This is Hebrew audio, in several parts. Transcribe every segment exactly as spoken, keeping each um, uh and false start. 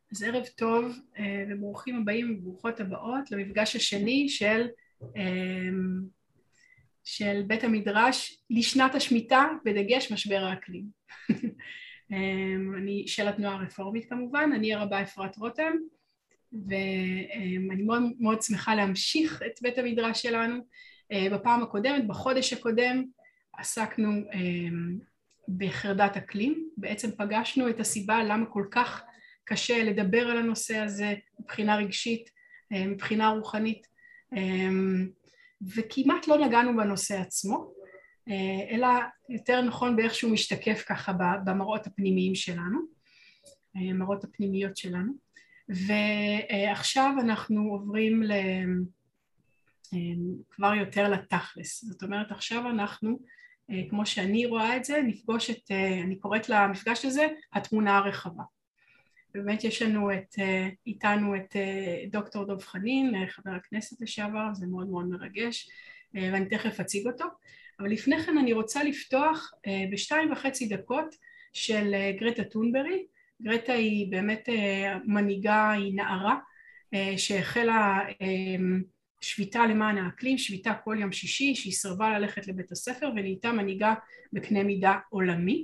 אז ערב טוב וברוכים הבאים וברוכות הבאות למפגש השני של, של בית המדרש לשנת השמיטה בדגש משבר האקלים. אני של התנועה הרפורמית כמובן, אני הרבה אפרת רותם, ואני מאוד מאוד שמחה להמשיך את בית המדרש שלנו. בפעם הקודמת, בחודש הקודם, עסקנו בחרדת אקלים, בעצם פגשנו את הסיבה למה כל כך קשה לדבר על הנושא הזה מבחינה רגשית, מבחינה רוחנית, וכמעט לא נגענו בנושא עצמו, אלא יותר נכון באיך שהוא משתקף ככה במראות הפנימיים שלנו, מראות הפנימיות שלנו. ועכשיו אנחנו עוברים ל... כבר יותר לתכלס, זאת אומרת עכשיו אנחנו, כמו שאני רואה את זה, נפגוש את, אני קוראת למפגש הזה, התמונה הרחבה. באמת יש לנו את, איתנו את דוקטור דב חנין, חבר הכנסת לשעבר, זה מאוד מאוד מרגש, ואני תכף אציג אותו. אבל לפני כן אני רוצה לפתוח בשתיים וחצי דקות של גרטה טונברי. גרטה היא באמת מנהיגה, היא נערה, שהחלה שביתה למען האקלים, שביתה כל יום שישי, שהיא סרבה ללכת לבית הספר, ונהייתה מנהיגה בקנה מידה עולמי.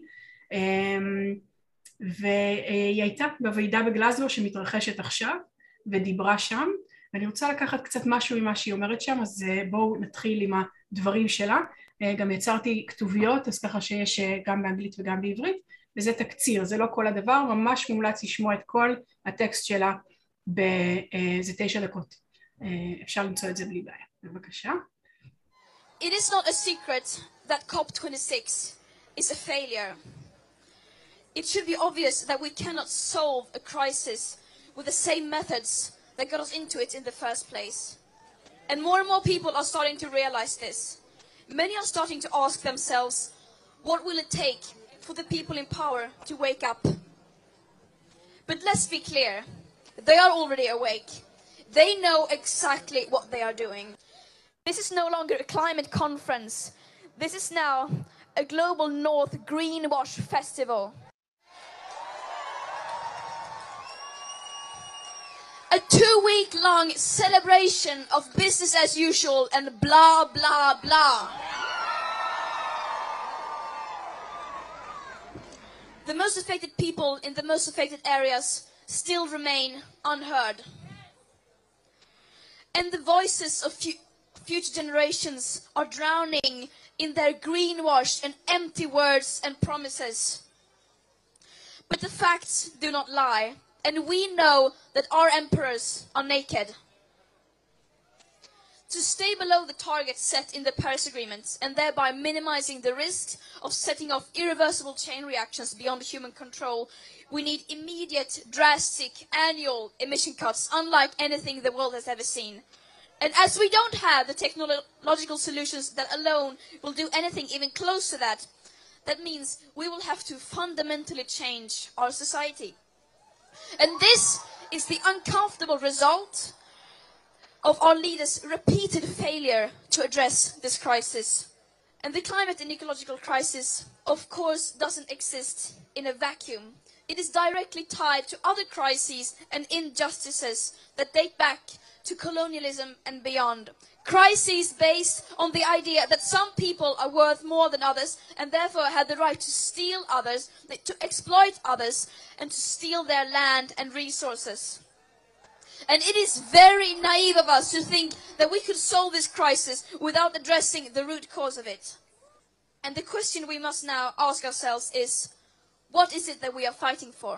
והיא הייתה בוועידה בגלזגו שמתרחשת עכשיו, ודיברה שם, ואני רוצה לקחת קצת משהו ממה שהיא אומרת שם, אז בואו נתחיל עם הדברים שלה. גם יצרתי כתוביות, אז ככה שיש גם באנגלית וגם בעברית, וזה תקציר, זה לא כל הדבר, ממש מומלץ לשמוע את כל הטקסט שלה, זה תשע דקות. אפשר למצוא את זה בלי בעיה. בבקשה. It is not a secret that COP twenty-six is a failure. It should be obvious that we cannot solve a crisis with the same methods that got us into it in the first place. And more and more people are starting to realize this. Many are starting to ask themselves, what will it take for the people in power to wake up? But let's be clear, they are already awake. They know exactly what they are doing. This is no longer a climate conference. This is now a global North Greenwash festival. A two-week-long celebration of business as usual and blah, blah, blah. The most affected people in the most affected areas still remain unheard. And the voices of fu future generations are drowning in their greenwashed and empty words and promises. But the facts do not lie, and we know that our emperors are naked. To stay below the targets set in the Paris Agreement, and thereby minimizing the risk of setting off irreversible chain reactions beyond human control, we need immediate, drastic, annual emission cuts, unlike anything the world has ever seen. And as we don't have the technological solutions that alone will do anything even close to that, that means we will have to fundamentally change our society. And this is the uncomfortable result of our leaders' repeated failure to address this crisis. And the climate and ecological crisis, of course, doesn't exist in a vacuum. It is directly tied to other crises and injustices that date back to colonialism and beyond. Crises based on the idea that some people are worth more than others and therefore have the right to steal others, to exploit others, and to steal their land and resources. And it is very naive of us to think that we could solve this crisis without addressing the root cause of it. And the question we must now ask ourselves is, what is it that we are fighting for?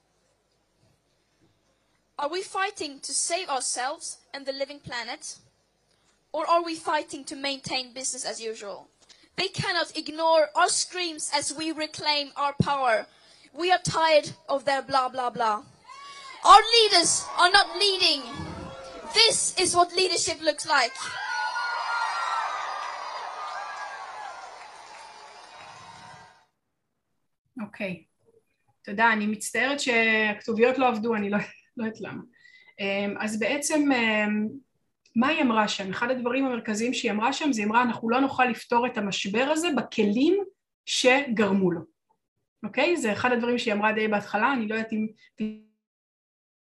Are we fighting to save ourselves and the living planet? Or are we fighting to maintain business as usual? They cannot ignore our screams as we reclaim our power. We are tired of their blah, blah, blah. Our leaders are not leading. This is what leadership looks like. אוקיי, תודה. אני מצטערת שהכתוביות לא עבדו, אני לא, לא יודעת למה. אז בעצם, מה היא אמרה שם? אחד הדברים המרכזיים שהיא אמרה שם, זה אמרה, אנחנו לא נוכל לפתור את המשבר הזה בכלים שגרמו לו. אוקיי? זה אחד הדברים שהיא אמרה די בהתחלה, אני לא יודעת אם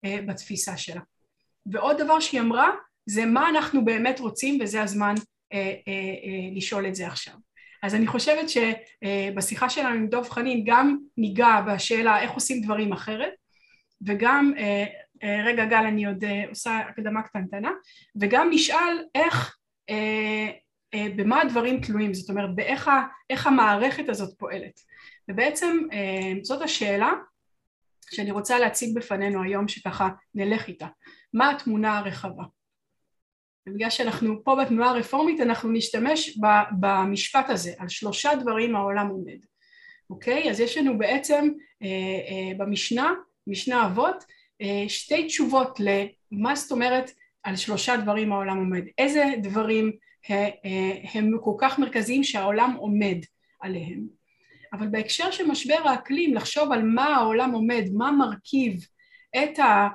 בתפיסה שלה. ועוד דבר שהיא אמרה, זה מה אנחנו באמת רוצים, וזה הזמן לשאול את זה עכשיו. אז אני חושבת שבשיחה שלנו עם דוב חנין גם ניגע בשאלה איך עושים דברים אחרת, וגם, רגע גל אני עוד עושה הקדמה קטנטנה, וגם נשאל איך, במה הדברים תלויים, זאת אומרת באיך איך המערכת הזאת פועלת. ובעצם זאת השאלה שאני רוצה להציג בפנינו היום שככה נלך איתה. מה התמונה הרחבה? ובגלל שאנחנו פה בתנועה הרפורמית אנחנו נשתמש במשפט הזה, על שלושה דברים העולם עומד. אוקיי? אז יש לנו בעצם במשנה, משנה אבות, שתי תשובות למה זאת אומרת על שלושה דברים העולם עומד. איזה דברים הם כל כך מרכזיים שהעולם עומד עליהם. אבל בהקשר של משבר האקלים, לחשוב על מה העולם עומד, מה מרכיב את, ה,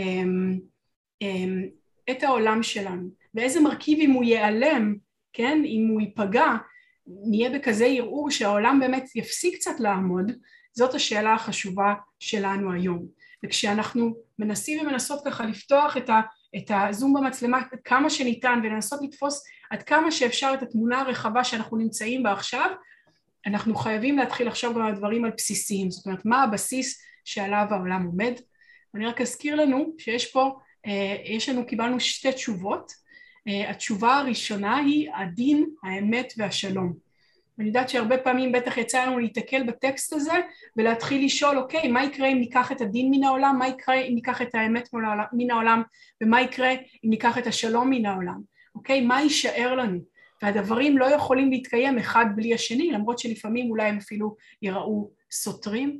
את העולם שלנו, ואיזה מרכיב אם הוא ייעלם, כן, אם הוא ייפגע, נהיה בכזה ערעור שהעולם באמת יפסיק קצת לעמוד, זאת השאלה החשובה שלנו היום. וכשאנחנו מנסים ומנסות ככה לפתוח את, ה, את הזום במצלמה כמה שניתן, ולנסות לתפוס עד כמה שאפשר את התמונה הרחבה שאנחנו נמצאים בה עכשיו, אנחנו חייבים להתחיל לחשוב גם על דברים על בסיסיים, זאת אומרת מה הבסיס שעליו העולם עומד. אני רק אזכיר לנו שיש פה, יש לנו, קיבלנו שתי תשובות, התשובה הראשונה היא הדין, האמת והשלום. אני יודעת שהרבה פעמים בטח יצא לנו להתקל בטקסט הזה ולהתחיל לשאול אוקיי מה יקרה אם ניקח את הדין מן העולם, מה יקרה אם ניקח את האמת מן העולם, ומה יקרה אם ניקח את השלום מן העולם, אוקיי, מה יישאר לנו? והדברים לא יכולים להתקיים אחד בלי השני, למרות שלפעמים אולי הם אפילו יראו סותרים.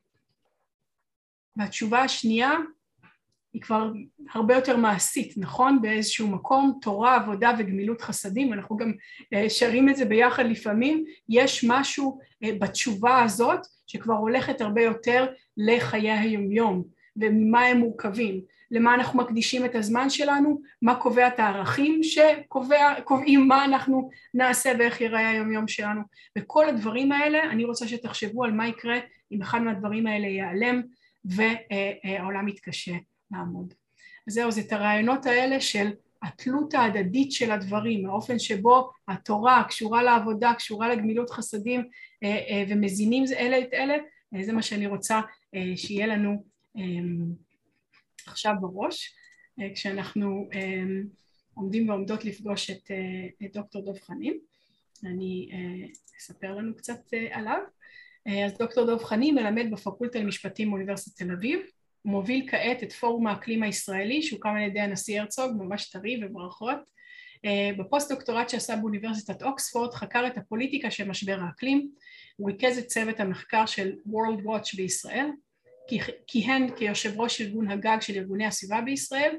והתשובה השנייה היא כבר הרבה יותר מעשית, נכון? באיזשהו מקום, תורה, עבודה וגמילות חסדים, אנחנו גם שרים את זה ביחד לפעמים, יש משהו בתשובה הזאת שכבר הולכת הרבה יותר לחיי היומיום, וממה הם מורכבים, למה אנחנו מקדישים את הזמן שלנו, מה קובע את הערכים שקובעים מה אנחנו נעשה ואיך ייראה היומיום שלנו, וכל הדברים האלה אני רוצה שתחשבו על מה יקרה אם אחד מהדברים האלה ייעלם והעולם יתקשה לעמוד. אז זהו, זה את הרעיונות האלה של התלות ההדדית של הדברים, האופן שבו התורה קשורה לעבודה, קשורה לגמילות חסדים ומזינים אלה את אלה, זה מה שאני רוצה שיהיה לנו עכשיו בראש, כשאנחנו עומדים ועומדות לפגוש את, את דוקטור דוב חנין. אני אספר לנו קצת עליו. אז דוקטור דוב חנין מלמד בפקולטה למשפטים באוניברסיטת תל אביב, הוא מוביל כעת את פורום האקלים הישראלי שהוקם על ידי הנשיא הרצוג, ממש טרי וברכות. בפוסט דוקטורט שעשה באוניברסיטת אוקספורד חקר את הפוליטיקה של משבר האקלים, הוא ריכז את צוות המחקר של World Watch בישראל, כיהן כיושב ראש ארגון הגג של ארגוני הסביבה בישראל,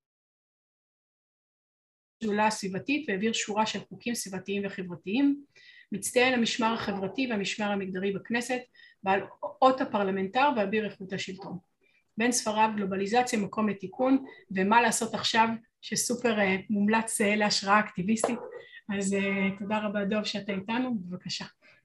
שדולה סביבתית והעביר שורה של חוקים סביבתיים וחברתיים, מצטיין המשמר החברתי והמשמר המגדרי בכנסת, בעל אות הפרלמנטר ואביר איכות השלטון. בין ספריו גלובליזציה מקום לתיקון ומה לעשות עכשיו שסופר מומלץ להשראה אקטיביסטית. אז תודה רבה דוב שאתה איתנו, בבקשה.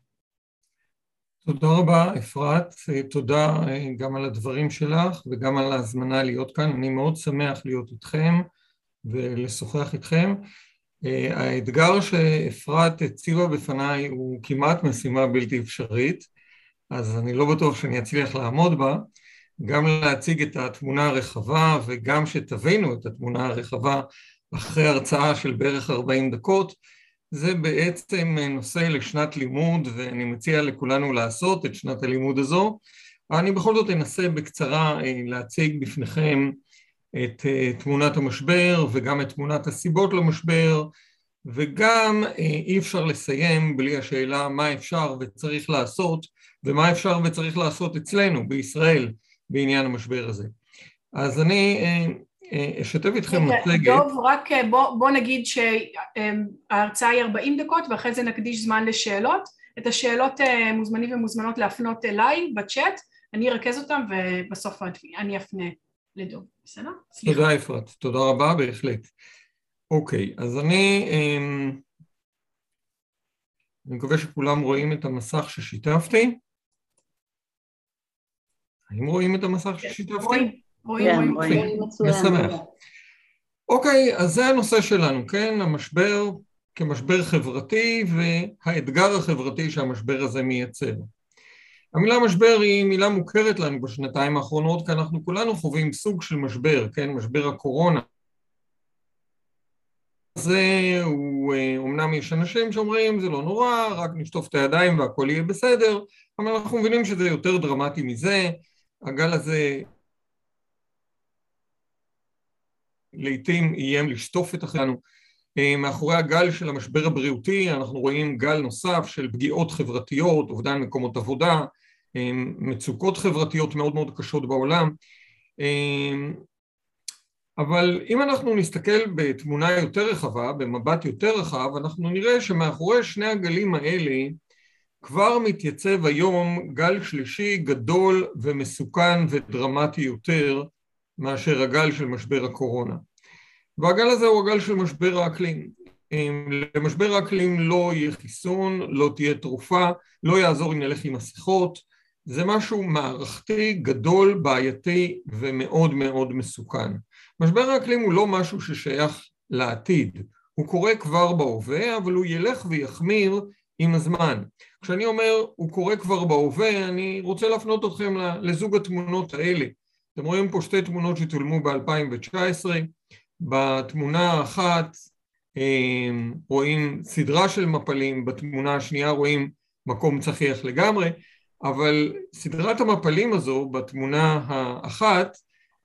תודה רבה אפרת, תודה גם על הדברים שלך וגם על ההזמנה להיות כאן, אני מאוד שמח להיות איתכם ולשוחח איתכם. האתגר שאפרת הציבה בפניי הוא כמעט משימה בלתי אפשרית, אז אני לא בטוח שאני אצליח לעמוד בה, גם להציג את התמונה הרחבה וגם שתבינו את התמונה הרחבה אחרי הרצאה של בערך ארבעים דקות, זה בעצם נושא לשנת לימוד ואני מציע לכולנו לעשות את שנת הלימוד הזו. אני בכל זאת אנסה בקצרה להציג בפניכם את תמונת המשבר וגם את תמונת הסיבות למשבר, וגם אי אפשר לסיים בלי השאלה מה אפשר וצריך לעשות ומה אפשר וצריך לעשות אצלנו בישראל בעניין המשבר הזה. אז אני אשתף איתכם מצגת. דוב, רק בוא, בוא נגיד שההרצאה היא ארבעים דקות ואחרי זה נקדיש זמן לשאלות. את השאלות מוזמנים ומוזמנות להפנות אליי בצ'אט, אני ארכז אותם ובסוף אני אפנה לדוב. בסדר? תודה אפרת, תודה רבה בהחלט. אוקיי, אז אני, אני מקווה שכולם רואים את המסך ששיתפתי. האם רואים את המסך ששיתפתי? רואים, רואים, רואים. משמח. אוקיי, אז זה הנושא שלנו, כן? המשבר כמשבר חברתי והאתגר החברתי שהמשבר הזה מייצר. המילה משבר היא מילה מוכרת לנו בשנתיים האחרונות, כי אנחנו כולנו חווים סוג של משבר, כן? משבר הקורונה. זה הוא, אומנם יש אנשים שאומרים, זה לא נורא, רק נשטוף את הידיים והכל יהיה בסדר, אבל אנחנו מבינים שזה יותר דרמטי מזה. הגל הזה לעתים איים לשטוף את אחרינו. מאחורי הגל של המשבר הבריאותי אנחנו רואים גל נוסף של פגיעות חברתיות, אובדן מקומות עבודה, מצוקות חברתיות מאוד מאוד קשות בעולם. אבל אם אנחנו נסתכל בתמונה יותר רחבה, במבט יותר רחב, אנחנו נראה שמאחורי שני הגלים האלה כבר מתייצב היום גל שלישי גדול ומסוכן ודרמטי יותר מאשר הגל של משבר הקורונה. והגל הזה הוא הגל של משבר האקלים. למשבר האקלים לא יהיה חיסון, לא תהיה תרופה, לא יעזור אם נלך עם מסכות. זה משהו מערכתי, גדול, בעייתי ומאוד מאוד מסוכן. משבר האקלים הוא לא משהו ששייך לעתיד. הוא קורה כבר בהווה, אבל הוא ילך ויחמיר עם הזמן. כשאני אומר הוא קורה כבר בהווה, אני רוצה להפנות אתכם לזוג התמונות האלה. אתם רואים פה שתי תמונות שצולמו ב-אלפיים תשע עשרה. בתמונה האחת רואים סדרה של מפלים, בתמונה השנייה רואים מקום צחיח לגמרי, אבל סדרת המפלים הזו בתמונה האחת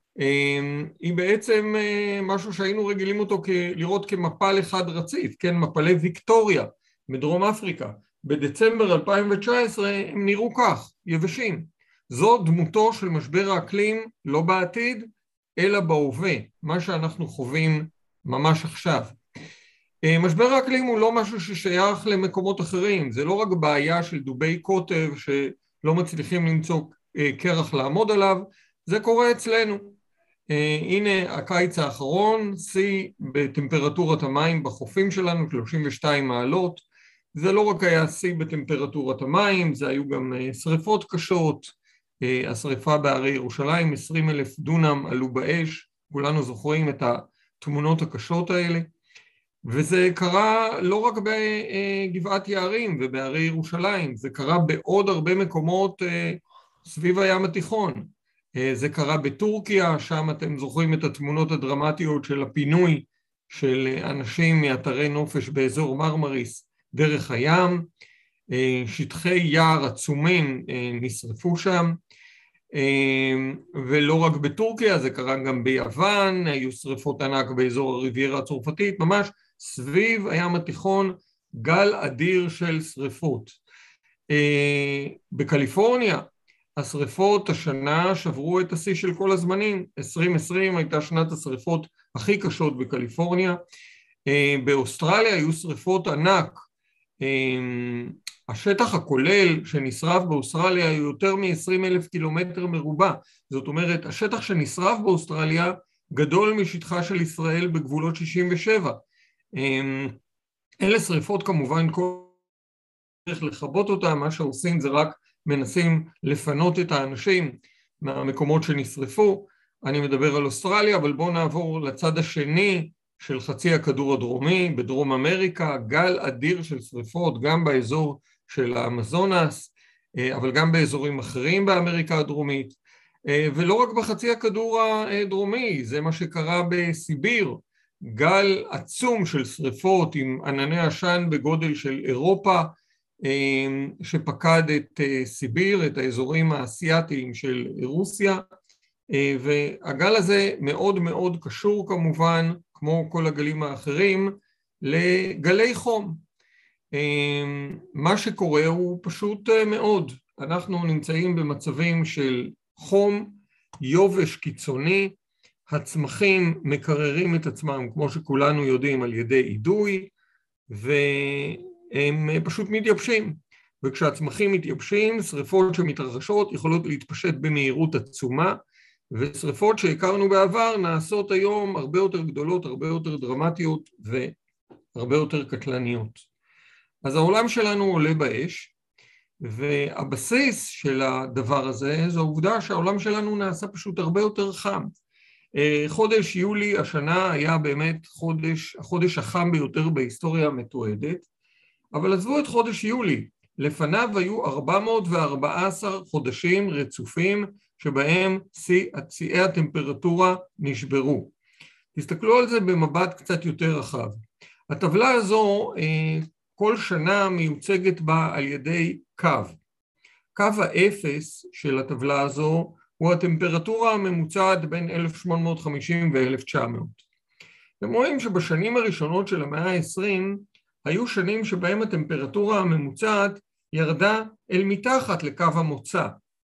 היא בעצם משהו שהיינו רגילים אותו לראות כמפל אחד רציף, כן, מפלי ויקטוריה בדרום אפריקה. בדצמבר אלפיים תשע עשרה הם נראו כך, יבשים. זו דמותו של משבר האקלים לא בעתיד, אלא בהווה, מה שאנחנו חווים ממש עכשיו. משבר האקלים הוא לא משהו ששייך למקומות אחרים, זה לא רק בעיה של דובי קוטב שלא מצליחים למצוא קרח לעמוד עליו, זה קורה אצלנו. הנה הקיץ האחרון, שיא בטמפרטורת המים בחופים שלנו, שלושים ושתיים מעלות, זה לא רק היה שיא בטמפרטורת המים, זה היו גם שריפות קשות, השריפה בהרי ירושלים, עשרים אלף דונם עלו באש, כולנו זוכרים את התמונות הקשות האלה, וזה קרה לא רק בגבעת יערים ובהרי ירושלים, זה קרה בעוד הרבה מקומות סביב הים התיכון. זה קרה בטורקיה, שם אתם זוכרים את התמונות הדרמטיות של הפינוי של אנשים מאתרי נופש באזור מרמריס דרך הים, שטחי יער עצומים נשרפו שם, ולא רק בטורקיה, זה קרה גם ביוון, היו שריפות ענק באזור הריביירה הצרפתית, ממש סביב הים התיכון גל אדיר של שריפות. בקליפורניה השריפות השנה שברו את השיא של כל הזמנים, עשרים עשרים הייתה שנת השריפות הכי קשות בקליפורניה, באוסטרליה היו שריפות ענק, השטח הכולל שנשרף באוסטרליה הוא יותר מ-עשרים אלף קילומטר מרובע, זאת אומרת השטח שנשרף באוסטרליה גדול משטחה של ישראל בגבולות שישים ושבע. אלה שריפות כמובן כל צריך לכבות אותם, מה שעושים זה רק מנסים לפנות את האנשים מהמקומות שנשרפו. אני מדבר על אוסטרליה, אבל בואו נעבור לצד השני של חצי הכדור הדרומי, בדרום אמריקה, גל אדיר של שריפות, גם באזור של האמזונס, אבל גם באזורים אחרים באמריקה הדרומית, ולא רק בחצי הכדור הדרומי, זה מה שקרה בסיביר, גל עצום של שריפות עם ענני עשן בגודל של אירופה, שפקד את סיביר, את האזורים האסייתיים של רוסיה, והגל הזה מאוד מאוד קשור כמובן, כמו כל הגלים האחרים, לגלי חום. מה שקורה הוא פשוט מאוד. אנחנו נמצאים במצבים של חום, יובש קיצוני, הצמחים מקררים את עצמם, כמו שכולנו יודעים, על ידי אידוי, והם פשוט מתייבשים. וכשהצמחים מתייבשים, שריפות שמתרחשות יכולות להתפשט במהירות עצומה, ושריפות שהכרנו בעבר נעשות היום הרבה יותר גדולות, הרבה יותר דרמטיות והרבה יותר קטלניות. אז העולם שלנו עולה באש, והבסיס של הדבר הזה זו העובדה שהעולם שלנו נעשה פשוט הרבה יותר חם. חודש יולי השנה היה באמת חודש, החודש החם ביותר בהיסטוריה המתועדת, אבל עזבו את חודש יולי, לפניו היו ארבע מאות וארבע עשרה חודשים רצופים שבהם שיאי הטמפרטורה נשברו. תסתכלו על זה במבט קצת יותר רחב. הטבלה הזו כל שנה מיוצגת בה על ידי קו. קו האפס של הטבלה הזו הוא הטמפרטורה הממוצעת בין אלף שמונה מאות וחמישים ו-אלף תשע מאות. אתם רואים שבשנים הראשונות של המאה ה-עשרים היו שנים שבהם הטמפרטורה הממוצעת ירדה אל מתחת לקו המוצא.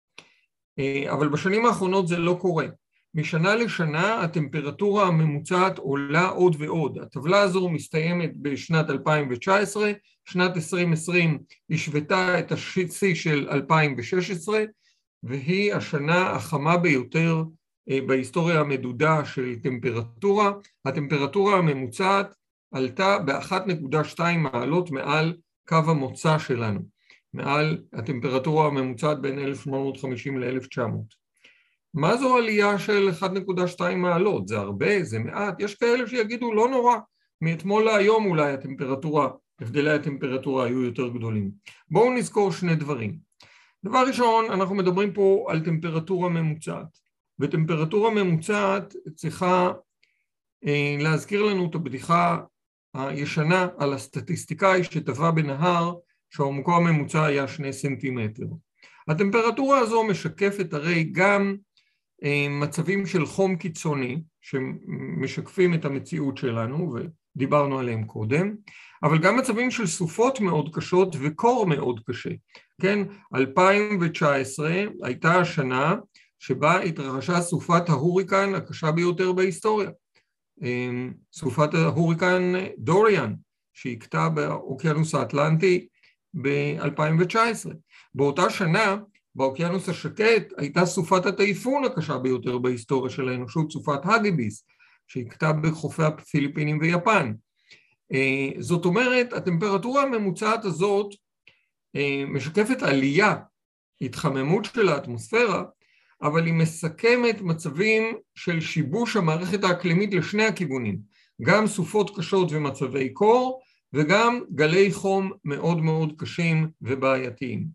אבל בשנים האחרונות זה לא קורה. משנה לשנה הטמפרטורה הממוצעת עולה עוד ועוד. הטבלה הזו מסתיימת בשנת אלפיים תשע עשרה, שנת עשרים עשרים השוותה את השיא של אלפיים שש עשרה, והיא השנה החמה ביותר בהיסטוריה המדודה של טמפרטורה. הטמפרטורה הממוצעת עלתה ב-אחת נקודה שתיים מעלות מעל קו המוצא שלנו, מעל הטמפרטורה הממוצעת בין אלף שמונה מאות וחמישים ל-אלף תשע מאות. מה זו עלייה של אחת נקודה שתיים מעלות? זה הרבה, זה מעט? יש כאלה שיגידו לא נורא, מאתמול להיום אולי הטמפרטורה, הבדלי הטמפרטורה היו יותר גדולים. בואו נזכור שני דברים. דבר ראשון, אנחנו מדברים פה על טמפרטורה ממוצעת, וטמפרטורה ממוצעת צריכה אה, להזכיר לנו את הבדיחה הישנה על הסטטיסטיקאי שטבע בנהר שעומקו הממוצע היה שני סנטימטר. הטמפרטורה הזו משקפת הרי גם אה, מצבים של חום קיצוני שמשקפים את המציאות שלנו ודיברנו עליהם קודם, אבל גם מצבים של סופות מאוד קשות וקור מאוד קשה. כן, אלפיים תשע עשרה הייתה השנה שבה התרחשה סופת ההוריקן הקשה ביותר בהיסטוריה. סופת ההוריקן דוריאן, שהכתה באוקיינוס האטלנטי ב-אלפיים תשע עשרה. באותה שנה, באוקיינוס השקט, הייתה סופת הטייפון הקשה ביותר בהיסטוריה של האנושות, סופת הגיביס, שהכתה בחופי הפיליפינים ויפן. זאת אומרת, הטמפרטורה הממוצעת הזאת משקפת עלייה, התחממות של האטמוספירה, אבל היא מסכמת מצבים של שיבוש המערכת האקלימית לשני הכיוונים, גם סופות קשות ומצבי קור, וגם גלי חום מאוד מאוד קשים ובעייתיים.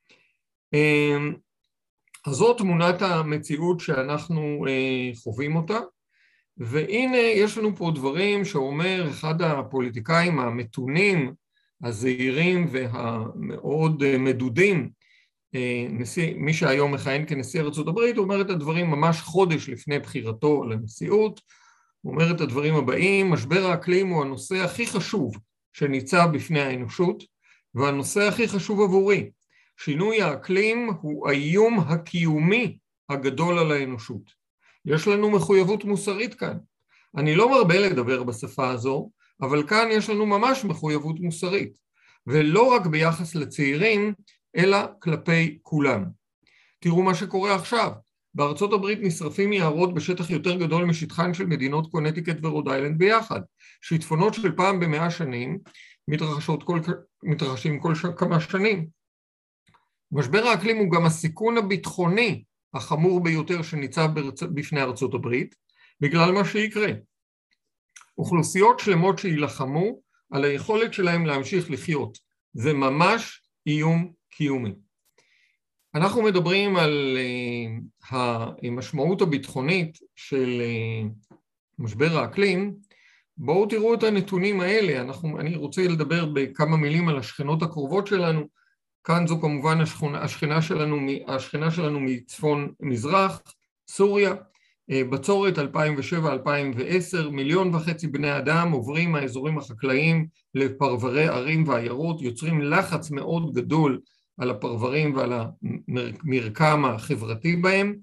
אז זאת תמונת המציאות שאנחנו חווים אותה, והנה יש לנו פה דברים שאומר אחד הפוליטיקאים המתונים, הזהירים והמאוד מדודים, נשיא, מי שהיום מכהן כנשיא ארצות הברית, הוא אומר את הדברים ממש חודש לפני בחירתו לנשיאות, הוא אומר את הדברים הבאים: משבר האקלים הוא הנושא הכי חשוב שניצב בפני האנושות, והנושא הכי חשוב עבורי. שינוי האקלים הוא האיום הקיומי הגדול על האנושות. יש לנו מחויבות מוסרית כאן. אני לא מרבה לדבר בשפה הזו, אבל כאן יש לנו ממש מחויבות מוסרית, ולא רק ביחס לצעירים, אלא כלפי כולם. תראו מה שקורה עכשיו. בארצות הברית נשרפים יערות בשטח יותר גדול משטחן של מדינות קונטיקט ורוד איילנד ביחד. שיטפונות של פעם במאה שנים מתרחשות כל, מתרחשים כל ש... כמה שנים. משבר האקלים הוא גם הסיכון הביטחוני החמור ביותר שניצב ברצ... בפני ארצות הברית, בגלל מה שיקרה. אוכלוסיות שלמות שיילחמו על היכולת שלהם להמשיך לחיות. זה ממש איום קיומי. אנחנו מדברים על uh, המשמעות הביטחונית של uh, משבר האקלים. בואו תראו את הנתונים האלה. אנחנו, אני רוצה לדבר בכמה מילים על השכנות הקרובות שלנו. כאן זו כמובן השכונה, השכנה שלנו, השכנה שלנו מצפון מזרח, סוריה. בצורת אלפיים ושבע אלפיים ועשר, מיליון וחצי בני אדם עוברים מהאזורים החקלאיים לפרברי ערים ועיירות, יוצרים לחץ מאוד גדול על הפרברים ועל המרקם החברתי בהם,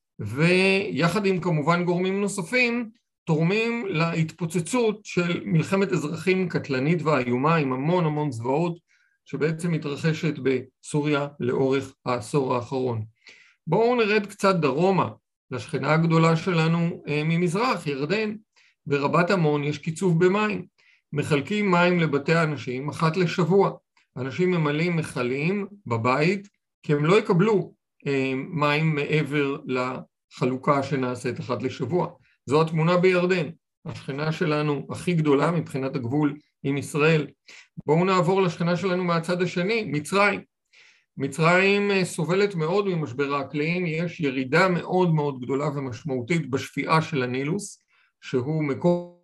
ויחד עם כמובן גורמים נוספים, תורמים להתפוצצות של מלחמת אזרחים קטלנית ואיומה עם המון המון זוועות, שבעצם מתרחשת בסוריה לאורך העשור האחרון. בואו נרד קצת דרומה, לשכנה הגדולה שלנו ממזרח, ירדן. ברבת עמון יש קיצוב במים. מחלקים מים לבתי האנשים אחת לשבוע. אנשים ממלאים מכלים בבית, כי הם לא יקבלו אה, מים מעבר לחלוקה שנעשית אחת לשבוע. זו התמונה בירדן, השכנה שלנו הכי גדולה מבחינת הגבול עם ישראל. בואו נעבור לשכנה שלנו מהצד השני, מצרים. מצרים סובלת מאוד ממשבר האקלים, יש ירידה מאוד מאוד גדולה ומשמעותית בשפיעה של הנילוס, שהוא מקור,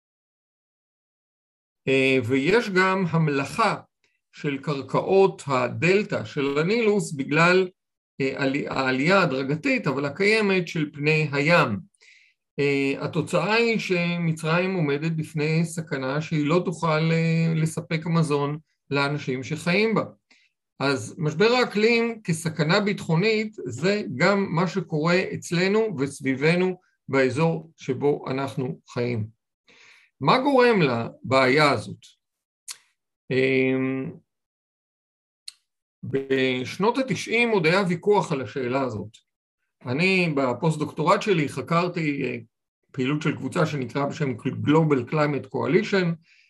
ויש גם המלחה של קרקעות הדלטה של הנילוס בגלל העלייה הדרגתית אבל הקיימת של פני הים. התוצאה היא שמצרים עומדת בפני סכנה שהיא לא תוכל לספק מזון לאנשים שחיים בה. אז משבר האקלים כסכנה ביטחונית זה גם מה שקורה אצלנו וסביבנו באזור שבו אנחנו חיים. מה גורם לבעיה הזאת? בשנות התשעים עוד היה ויכוח על השאלה הזאת. אני בפוסט דוקטורט שלי חקרתי פעילות של קבוצה שנקרא בשם Global Climate Coalition,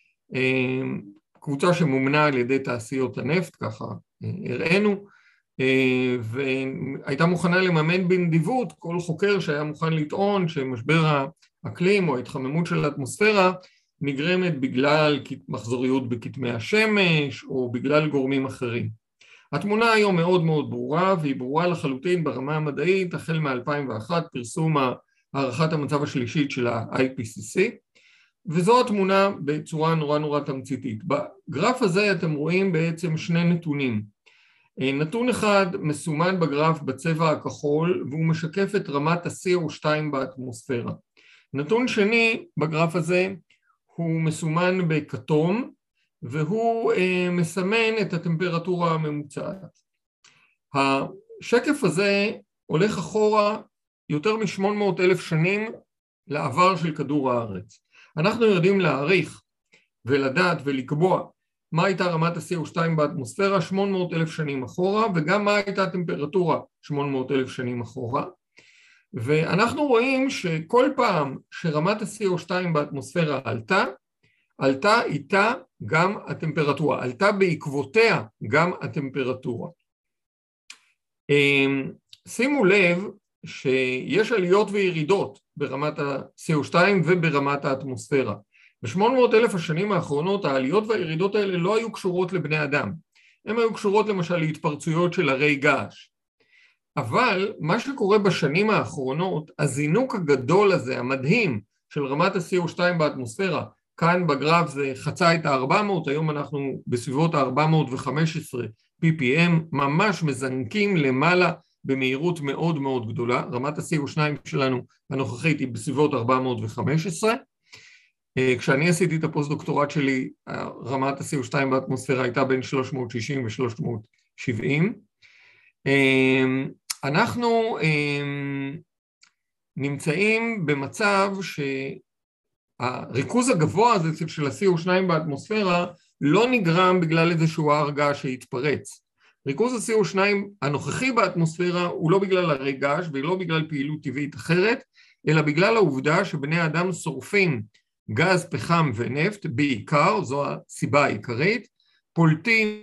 קבוצה שמומנה על ידי תעשיות הנפט, ככה הראינו, והייתה מוכנה לממן בנדיבות כל חוקר שהיה מוכן לטעון שמשבר האקלים או ההתחממות של האטמוספירה נגרמת בגלל מחזוריות בכתמי השמש או בגלל גורמים אחרים. התמונה היום מאוד מאוד ברורה, והיא ברורה לחלוטין ברמה המדעית, החל מ-אלפיים ואחת פרסום הערכת המצב השלישית של ה-איי פי סי סי, וזו התמונה בצורה נורא נורא תמציתית. בגרף הזה אתם רואים בעצם שני נתונים. נתון אחד מסומן בגרף בצבע הכחול, והוא משקף את רמת ה-סי או שתיים באטמוספירה. נתון שני בגרף הזה הוא מסומן בכתום, והוא אה, מסמן את הטמפרטורה הממוצעת. השקף הזה הולך אחורה יותר מ-שמונה מאות אלף שנים לעבר של כדור הארץ. אנחנו יודעים להעריך ולדעת ולקבוע מה הייתה רמת ה-סי או שתיים באטמוספירה שמונה מאות אלף שנים אחורה, וגם מה הייתה הטמפרטורה שמונה מאות אלף שנים אחורה. ואנחנו רואים שכל פעם שרמת ה-סי או שתיים באטמוספירה עלתה, עלתה איתה גם הטמפרטורה, עלתה בעקבותיה גם הטמפרטורה. שימו לב שיש עליות וירידות ברמת ה-סי או שתיים וברמת האטמוספירה. ב-שמונה מאות אלף השנים האחרונות העליות והירידות האלה לא היו קשורות לבני אדם. הן היו קשורות למשל להתפרצויות של הרי געש. אבל מה שקורה בשנים האחרונות, הזינוק הגדול הזה, המדהים, של רמת ה-סי או שתיים באטמוספירה, כאן בגרף זה חצה את ה-ארבע מאות, היום אנחנו בסביבות ה-ארבע מאות וחמש עשרה פי פי אם, ממש מזנקים למעלה במהירות מאוד מאוד גדולה. רמת ה-סי או שתיים שלנו הנוכחית היא בסביבות ארבע מאות וחמש עשרה. כשאני עשיתי את הפוסט דוקטורט שלי, רמת ה-סי או שתיים באטמוספירה הייתה בין שלוש מאות שישים ו-שלוש מאות שבעים. אנחנו נמצאים במצב שהריכוז הגבוה הזה של ה-סי או שתיים באטמוספירה לא נגרם בגלל איזשהו הר געש שהתפרץ. ריכוז ה-סי או שתיים הנוכחי באטמוספירה הוא לא בגלל הרי געש ולא בגלל פעילות טבעית אחרת, אלא בגלל העובדה שבני האדם שורפים גז, פחם ונפט בעיקר, זו הסיבה העיקרית, פולטים,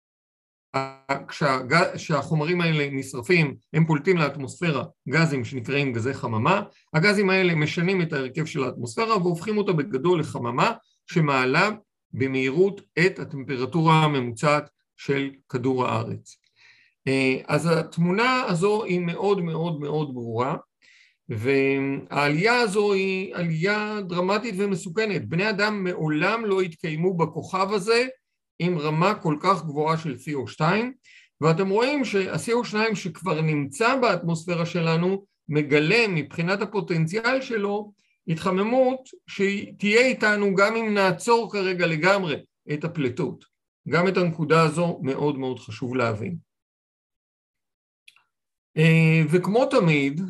כשהחומרים האלה נשרפים, הם פולטים לאטמוספירה גזים שנקראים גזי חממה, הגזים האלה משנים את ההרכב של האטמוספירה והופכים אותה בגדול לחממה שמעלה במהירות את הטמפרטורה הממוצעת של כדור הארץ. אז התמונה הזו היא מאוד מאוד מאוד ברורה, והעלייה הזו היא עלייה דרמטית ומסוכנת. בני אדם מעולם לא התקיימו בכוכב הזה עם רמה כל כך גבוהה של סי או שתיים, ואתם רואים שה-סי או שתיים שכבר נמצא באטמוספירה שלנו מגלה מבחינת הפוטנציאל שלו התחממות שתהיה איתנו גם אם נעצור כרגע לגמרי את הפליטות. גם את הנקודה הזו מאוד מאוד חשוב להבין. וכמו תמיד,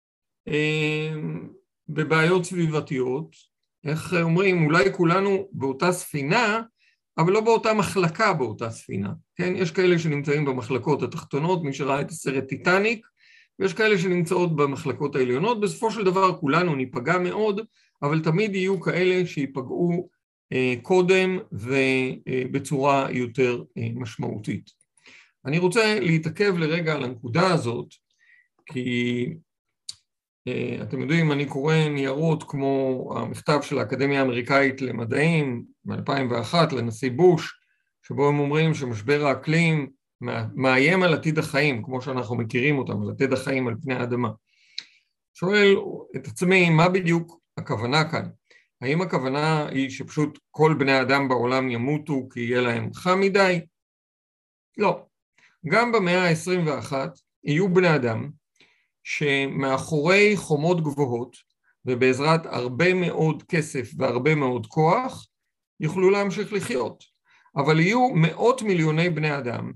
בבעיות סביבתיות, איך אומרים, אולי כולנו באותה ספינה, אבל לא באותה מחלקה באותה ספינה. כן? יש כאלה שנמצאים במחלקות התחתונות, מי שראה את הסרט טיטניק, ויש כאלה שנמצאות במחלקות העליונות. בסופו של דבר כולנו ניפגע מאוד, אבל תמיד יהיו כאלה שיפגעו קודם ובצורה יותר משמעותית. אני רוצה להתעכב לרגע על הנקודה הזאת, כי אתם יודעים, אני קורא ניירות כמו המכתב של האקדמיה האמריקאית למדעים מ-אלפיים ואחת לנשיא בוש, שבו הם אומרים שמשבר האקלים מאיים על עתיד החיים, כמו שאנחנו מכירים אותם, על עתיד החיים על פני האדמה. שואל את עצמי, מה בדיוק הכוונה כאן? האם הכוונה היא שפשוט כל בני האדם בעולם ימותו כי יהיה להם חם מדי? לא. גם במאה ה-עשרים ואחת יהיו בני אדם שמאחורי חומות גבוהות ובעזרת הרבה מאוד כסף והרבה מאוד כוח יוכלו להמשיך לחיות. אבל יהיו מאות מיליוני בני אדם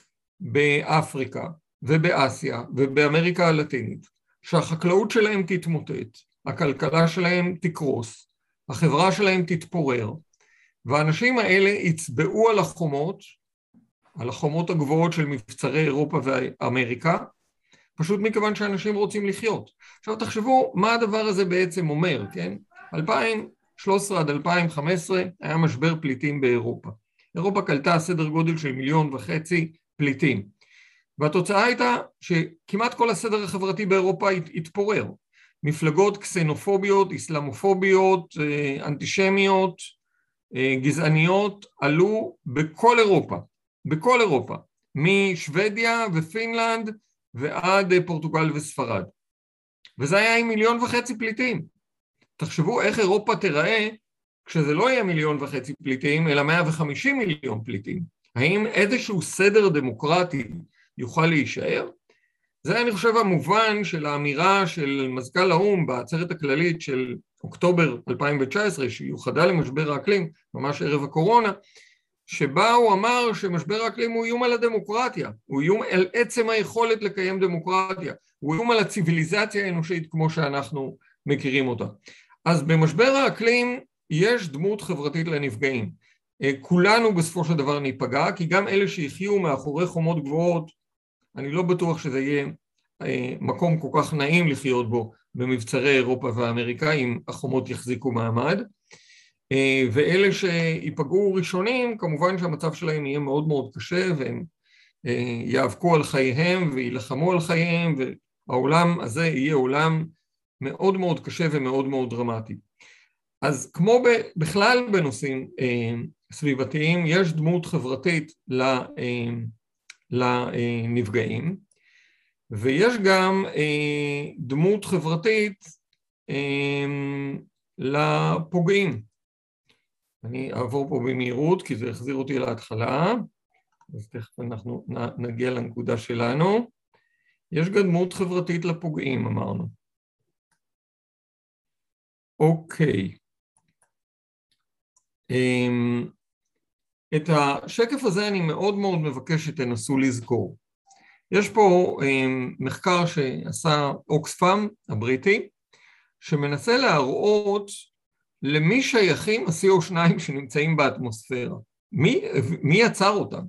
באפריקה ובאסיה ובאמריקה הלטינית שהחקלאות שלהם תתמוטט, הכלכלה שלהם תקרוס, החברה שלהם תתפורר, והאנשים האלה יצבעו על החומות, על החומות הגבוהות של מבצרי אירופה ואמריקה, פשוט מכיוון שאנשים רוצים לחיות. עכשיו תחשבו מה הדבר הזה בעצם אומר, כן? אלפיים ושלוש עשרה עד אלפיים וחמש עשרה היה משבר פליטים באירופה. אירופה קלטה סדר גודל של מיליון וחצי פליטים. והתוצאה הייתה שכמעט כל הסדר החברתי באירופה התפורר. מפלגות קסנופוביות, אסלאמופוביות, אנטישמיות, גזעניות, עלו בכל אירופה, בכל אירופה, משוודיה ופינלנד ועד פורטוגל וספרד. וזה היה עם מיליון וחצי פליטים. תחשבו איך אירופה תיראה כשזה לא יהיה מיליון וחצי פליטים, אלא מאה וחמישים מיליון פליטים. האם איזשהו סדר דמוקרטי יוכל להישאר? זה אני חושב המובן של האמירה של מזכ"ל האו"ם בעצרת הכללית של אוקטובר אלפיים תשע עשרה, שיוחדה למשבר האקלים, ממש ערב הקורונה, שבה הוא אמר שמשבר האקלים הוא איום על הדמוקרטיה, הוא איום על עצם היכולת לקיים דמוקרטיה, הוא איום על הציביליזציה האנושית כמו שאנחנו מכירים אותה. אז במשבר האקלים יש דמות חברתית לנפגעים. כולנו בסופו של דבר ניפגע, כי גם אלה שיחיו מאחורי חומות גבוהות, אני לא בטוח שזה יהיה מקום כל כך נעים לחיות בו במבצרי אירופה והאמריקה, אם החומות יחזיקו מעמד. ואלה שיפגעו ראשונים, כמובן שהמצב שלהם יהיה מאוד מאוד קשה, והם יאבקו על חייהם וילחמו על חייהם, והעולם הזה יהיה עולם מאוד מאוד קשה ומאוד מאוד דרמטי. אז כמו בכלל בנושאים סביבתיים, יש דמות חברתית לנפגעים, ויש גם דמות חברתית לפוגעים. אני אעבור פה במהירות, כי זה יחזיר אותי להתחלה, אז תכף אנחנו נגיע לנקודה שלנו. יש גם דמות חברתית לפוגעים, אמרנו. אוקיי. את השקף הזה אני מאוד מאוד מבקש שתנסו לזכור. יש פה מחקר שעשה אוקספאם הבריטי, שמנסה להראות למי שייכים ה-סי או טו שנמצאים באטמוספירה. מי, מי יצר אותם?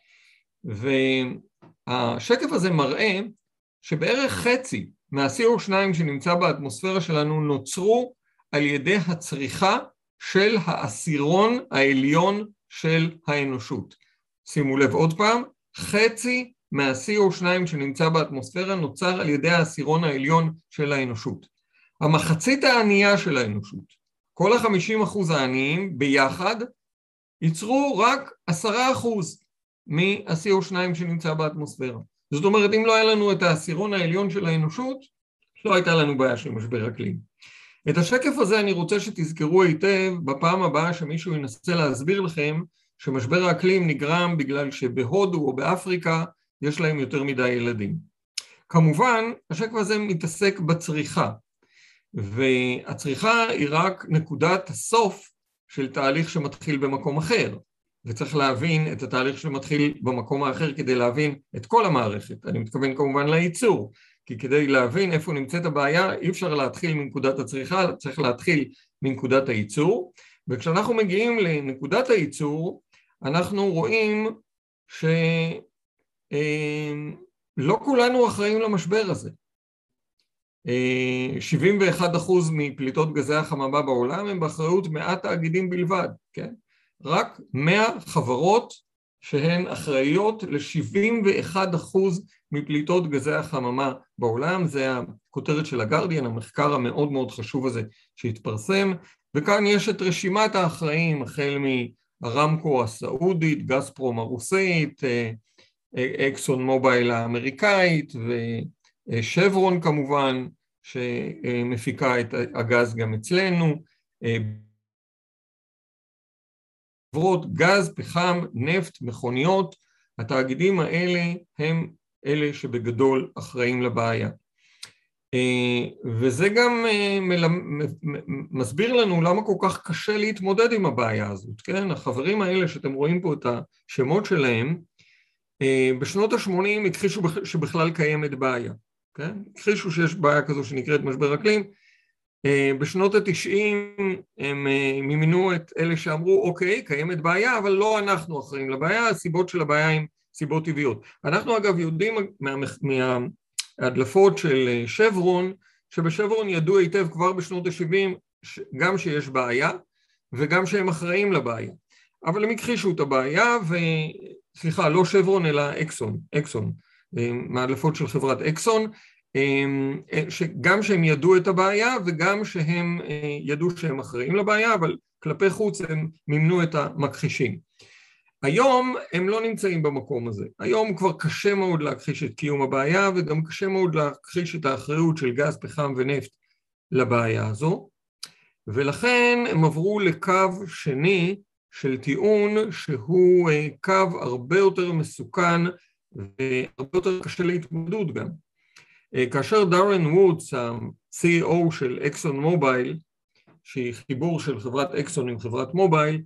והשקף הזה מראה שבערך חצי מה-סי או טו שנמצא באטמוספירה שלנו נוצרו על ידי הצריכה של העשירון העליון של האנושות. שימו לב עוד פעם, חצי מה-סי או טו שנמצא באטמוספירה נוצר על ידי העשירון העליון של האנושות. המחצית הענייה של האנושות, כל ה-חמישים אחוז העניים ביחד, ייצרו רק עשרה אחוז מה-סי או טו שנמצא באטמוספירה. זאת אומרת, אם לא היה לנו את העשירון העליון של האנושות, לא הייתה לנו בעיה של משבר אקלים. את השקף הזה אני רוצה שתזכרו היטב בפעם הבאה שמישהו ינסה להסביר לכם שמשבר האקלים נגרם בגלל שבהודו או באפריקה יש להם יותר מדי ילדים. כמובן, השקף הזה מתעסק בצריכה, והצריכה היא רק נקודת הסוף של תהליך שמתחיל במקום אחר, וצריך להבין את התהליך שמתחיל במקום האחר כדי להבין את כל המערכת. אני מתכוון כמובן לייצור, כי כדי להבין איפה נמצאת הבעיה, אי אפשר להתחיל מנקודת הצריכה, צריך להתחיל מנקודת הייצור, וכשאנחנו מגיעים לנקודת הייצור, אנחנו רואים שלא כולנו אחראים למשבר הזה. שבעים ואחד אחוז מפליטות גזי החממה בעולם הם באחריות מעט תאגידים בלבד, כן? רק מאה חברות שהן אחראיות ל-שבעים ואחד אחוז מפליטות גזי החממה בעולם. זה הכותרת של הגרדיאן, המחקר המאוד מאוד חשוב הזה שהתפרסם, וכאן יש את רשימת האחראים, החל מארמקו הסעודית, גזפרום הרוסית, אקסון מובייל האמריקאית ושברון כמובן, שמפיקה את הגז גם אצלנו, חברות גז, פחם, נפט, מכוניות. התאגידים האלה הם אלה שבגדול אחראים לבעיה. וזה גם מסביר לנו למה כל כך קשה להתמודד עם הבעיה הזאת, כן? החברים האלה שאתם רואים פה את השמות שלהם, בשנות ה-שמונים הכחישו שבכלל קיימת בעיה, כן? הכחישו שיש בעיה כזו שנקראת משבר אקלים. בשנות ה-תשעים הם מימנו את אלה שאמרו, אוקיי, קיימת בעיה, אבל לא אנחנו אחראים לבעיה, הסיבות של הבעיה הן סיבות טבעיות. אנחנו אגב יודעים מההדלפות של שברון, שבשברון ידעו היטב כבר בשנות ה-שבעים גם שיש בעיה, וגם שהם אחראים לבעיה. אבל הם הכחישו את הבעיה, ו... סליחה, לא שברון אלא אקסון, אקסון, מההדלפות של חברת אקסון, גם שהם ידעו את הבעיה וגם שהם ידעו שהם אחראים לבעיה, אבל כלפי חוץ הם מימנו את המכחישים. היום הם לא נמצאים במקום הזה. היום כבר קשה מאוד להכחיש את קיום הבעיה, וגם קשה מאוד להכחיש את האחריות של גז, פחם ונפט לבעיה הזו, ולכן הם עברו לקו שני של טיעון שהוא קו הרבה יותר מסוכן והרבה יותר קשה להתמודדות גם. כאשר דארן וודס, ה-סי אי או של אקסון מובייל, שהיא חיבור של חברת אקסון עם חברת מובייל,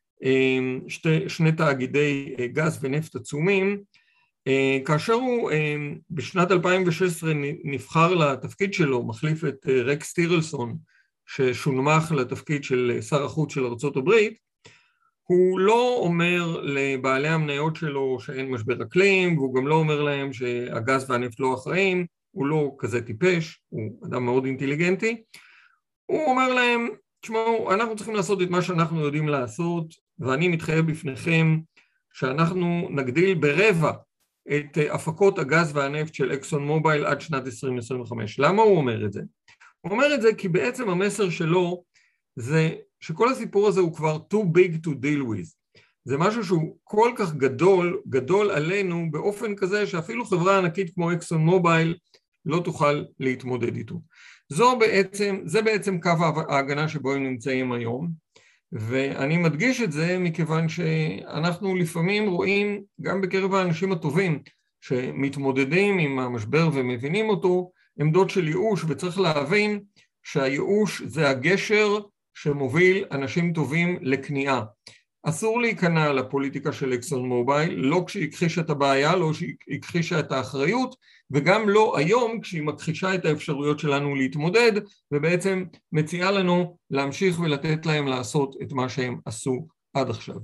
שתי, שני תאגידי גז ונפט עצומים, כאשר הוא בשנת אלפיים ושש עשרה נבחר לתפקיד שלו, מחליף את רקס טירלסון, ששונמך לתפקיד של שר החוץ של ארצות הברית, הוא לא אומר לבעלי המניות שלו שאין משבר אקלים, והוא גם לא אומר להם שהגז והנפט לא אחראים, הוא לא כזה טיפש, הוא אדם מאוד אינטליגנטי, הוא אומר להם, תשמעו, אנחנו צריכים לעשות את מה שאנחנו יודעים לעשות, ואני מתחייב בפניכם שאנחנו נגדיל ברבע את הפקות הגז והנפט של אקסון מובייל עד שנת עשרים עשרים וחמש. למה הוא אומר את זה? הוא אומר את זה כי בעצם המסר שלו זה שכל הסיפור הזה הוא כבר too big to deal with. זה משהו שהוא כל כך גדול, גדול עלינו באופן כזה שאפילו חברה ענקית כמו אקסון מובייל לא תוכל להתמודד איתו. זו בעצם, זה בעצם קו ההגנה שבו הם נמצאים היום, ואני מדגיש את זה מכיוון שאנחנו לפעמים רואים גם בקרב האנשים הטובים שמתמודדים עם המשבר ומבינים אותו, עמדות של ייאוש, וצריך להבין שהייאוש זה הגשר שמוביל אנשים טובים לקנייה. אסור להיכנע לפוליטיקה של אקסון מובייל, לא כשהיא הכחישה את הבעיה, לא כשהיא הכחישה את האחריות, וגם לא היום כשהיא מכחישה את האפשרויות שלנו להתמודד, ובעצם מציעה לנו להמשיך ולתת להם לעשות את מה שהם עשו עד עכשיו.